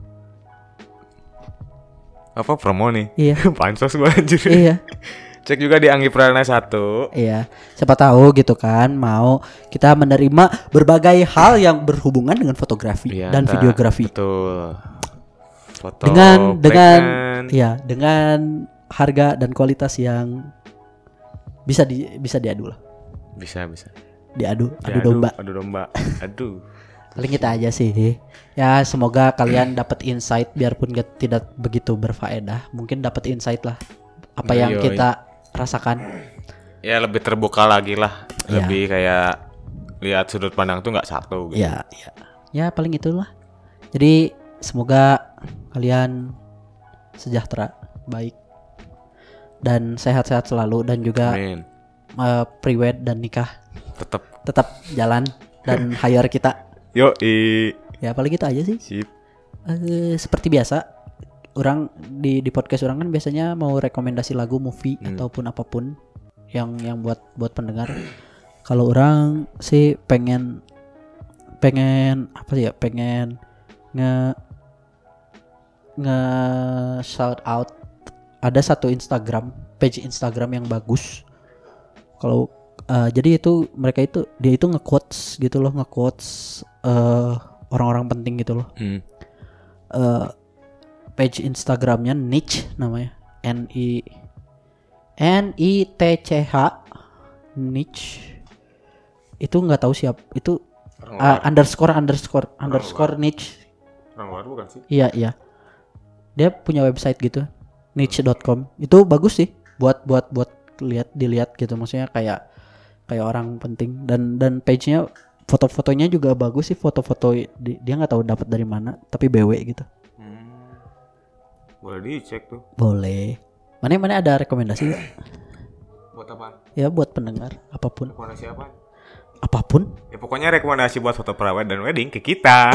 Apa promo nih? Iya. Pansos gua anjir. Iya. Cek juga di Anggi Prana satu. Iya. Siapa tahu gitu kan mau kita menerima berbagai hal yang berhubungan dengan fotografi Iya, dan tak- videografi. Betul. Foto Dengan dengan pregnant. ya dengan harga dan kualitas yang bisa di bisa diadu lah. Bisa bisa. Diadu, Ya, adu domba. Adu domba. Aduh. Paling kita aja sih. Ya semoga kalian dapat insight biarpun gak, tidak begitu berfaedah. Mungkin dapat insight lah apa yang Yoi. kita rasakan. Ya lebih terbuka lagi lah. Ya. Lebih kayak lihat sudut pandang tuh nggak satu gitu. Ya, ya. Ya paling itulah. Jadi semoga kalian sejahtera, baik dan sehat-sehat selalu dan juga Amin. uh, pre-wed dan nikah Tetap. tetap jalan dan hire kita. Yo i. Ya paling gitu aja sih. Sip. Eh, seperti biasa, orang di di podcast orang kan biasanya mau rekomendasi lagu, movie Hmm. ataupun apapun yang yang buat buat pendengar. Kalau orang sih pengen pengen apa sih ya? Pengen nge nge shout out ada satu Instagram, page Instagram yang bagus. Kalau eh, jadi itu mereka itu dia itu nge-quotes gitu loh, nge-quotes eh, orang-orang penting gitu loh. Hmm. Eh, page Instagramnya niche namanya, N I N I T C H niche. Itu nggak tahu siap itu Orang uh, luar. underscore underscore underscore niche. Orang luar bukan sih? Iya iya. Dia punya website gitu, niche dot com. Itu bagus sih buat buat buat lihat dilihat gitu, maksudnya kayak kayak orang penting dan dan page-nya foto-fotonya juga bagus sih, foto-foto di- dia nggak tahu dapat dari mana tapi B W gitu. Hmm. Boleh dicek tuh. Boleh. Mana mana ada rekomendasi gak? Buat apa? Ya buat pendengar apapun. Rekomendasi apa? Apapun. Ya pokoknya rekomendasi buat foto prawe dan wedding ke kita.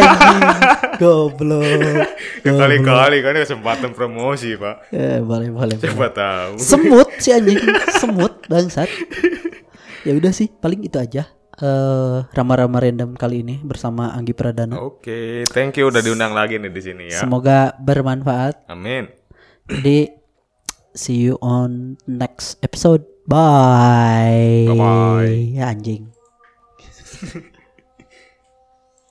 Goblok. Ya kali-kali kan kesempatan promosi, Pak. Eh, boleh boleh. Siapa boleh. tahu. Semut si anjing, semut bangsat. Ya udah sih, paling itu aja. Uh, Rama-Rama Random kali ini bersama Anggi Pradana. Oke, okay, thank you udah diundang lagi nih di sini ya. Semoga bermanfaat. Amin. Jadi see you on next episode. Bye. Bye bye. Ya anjing.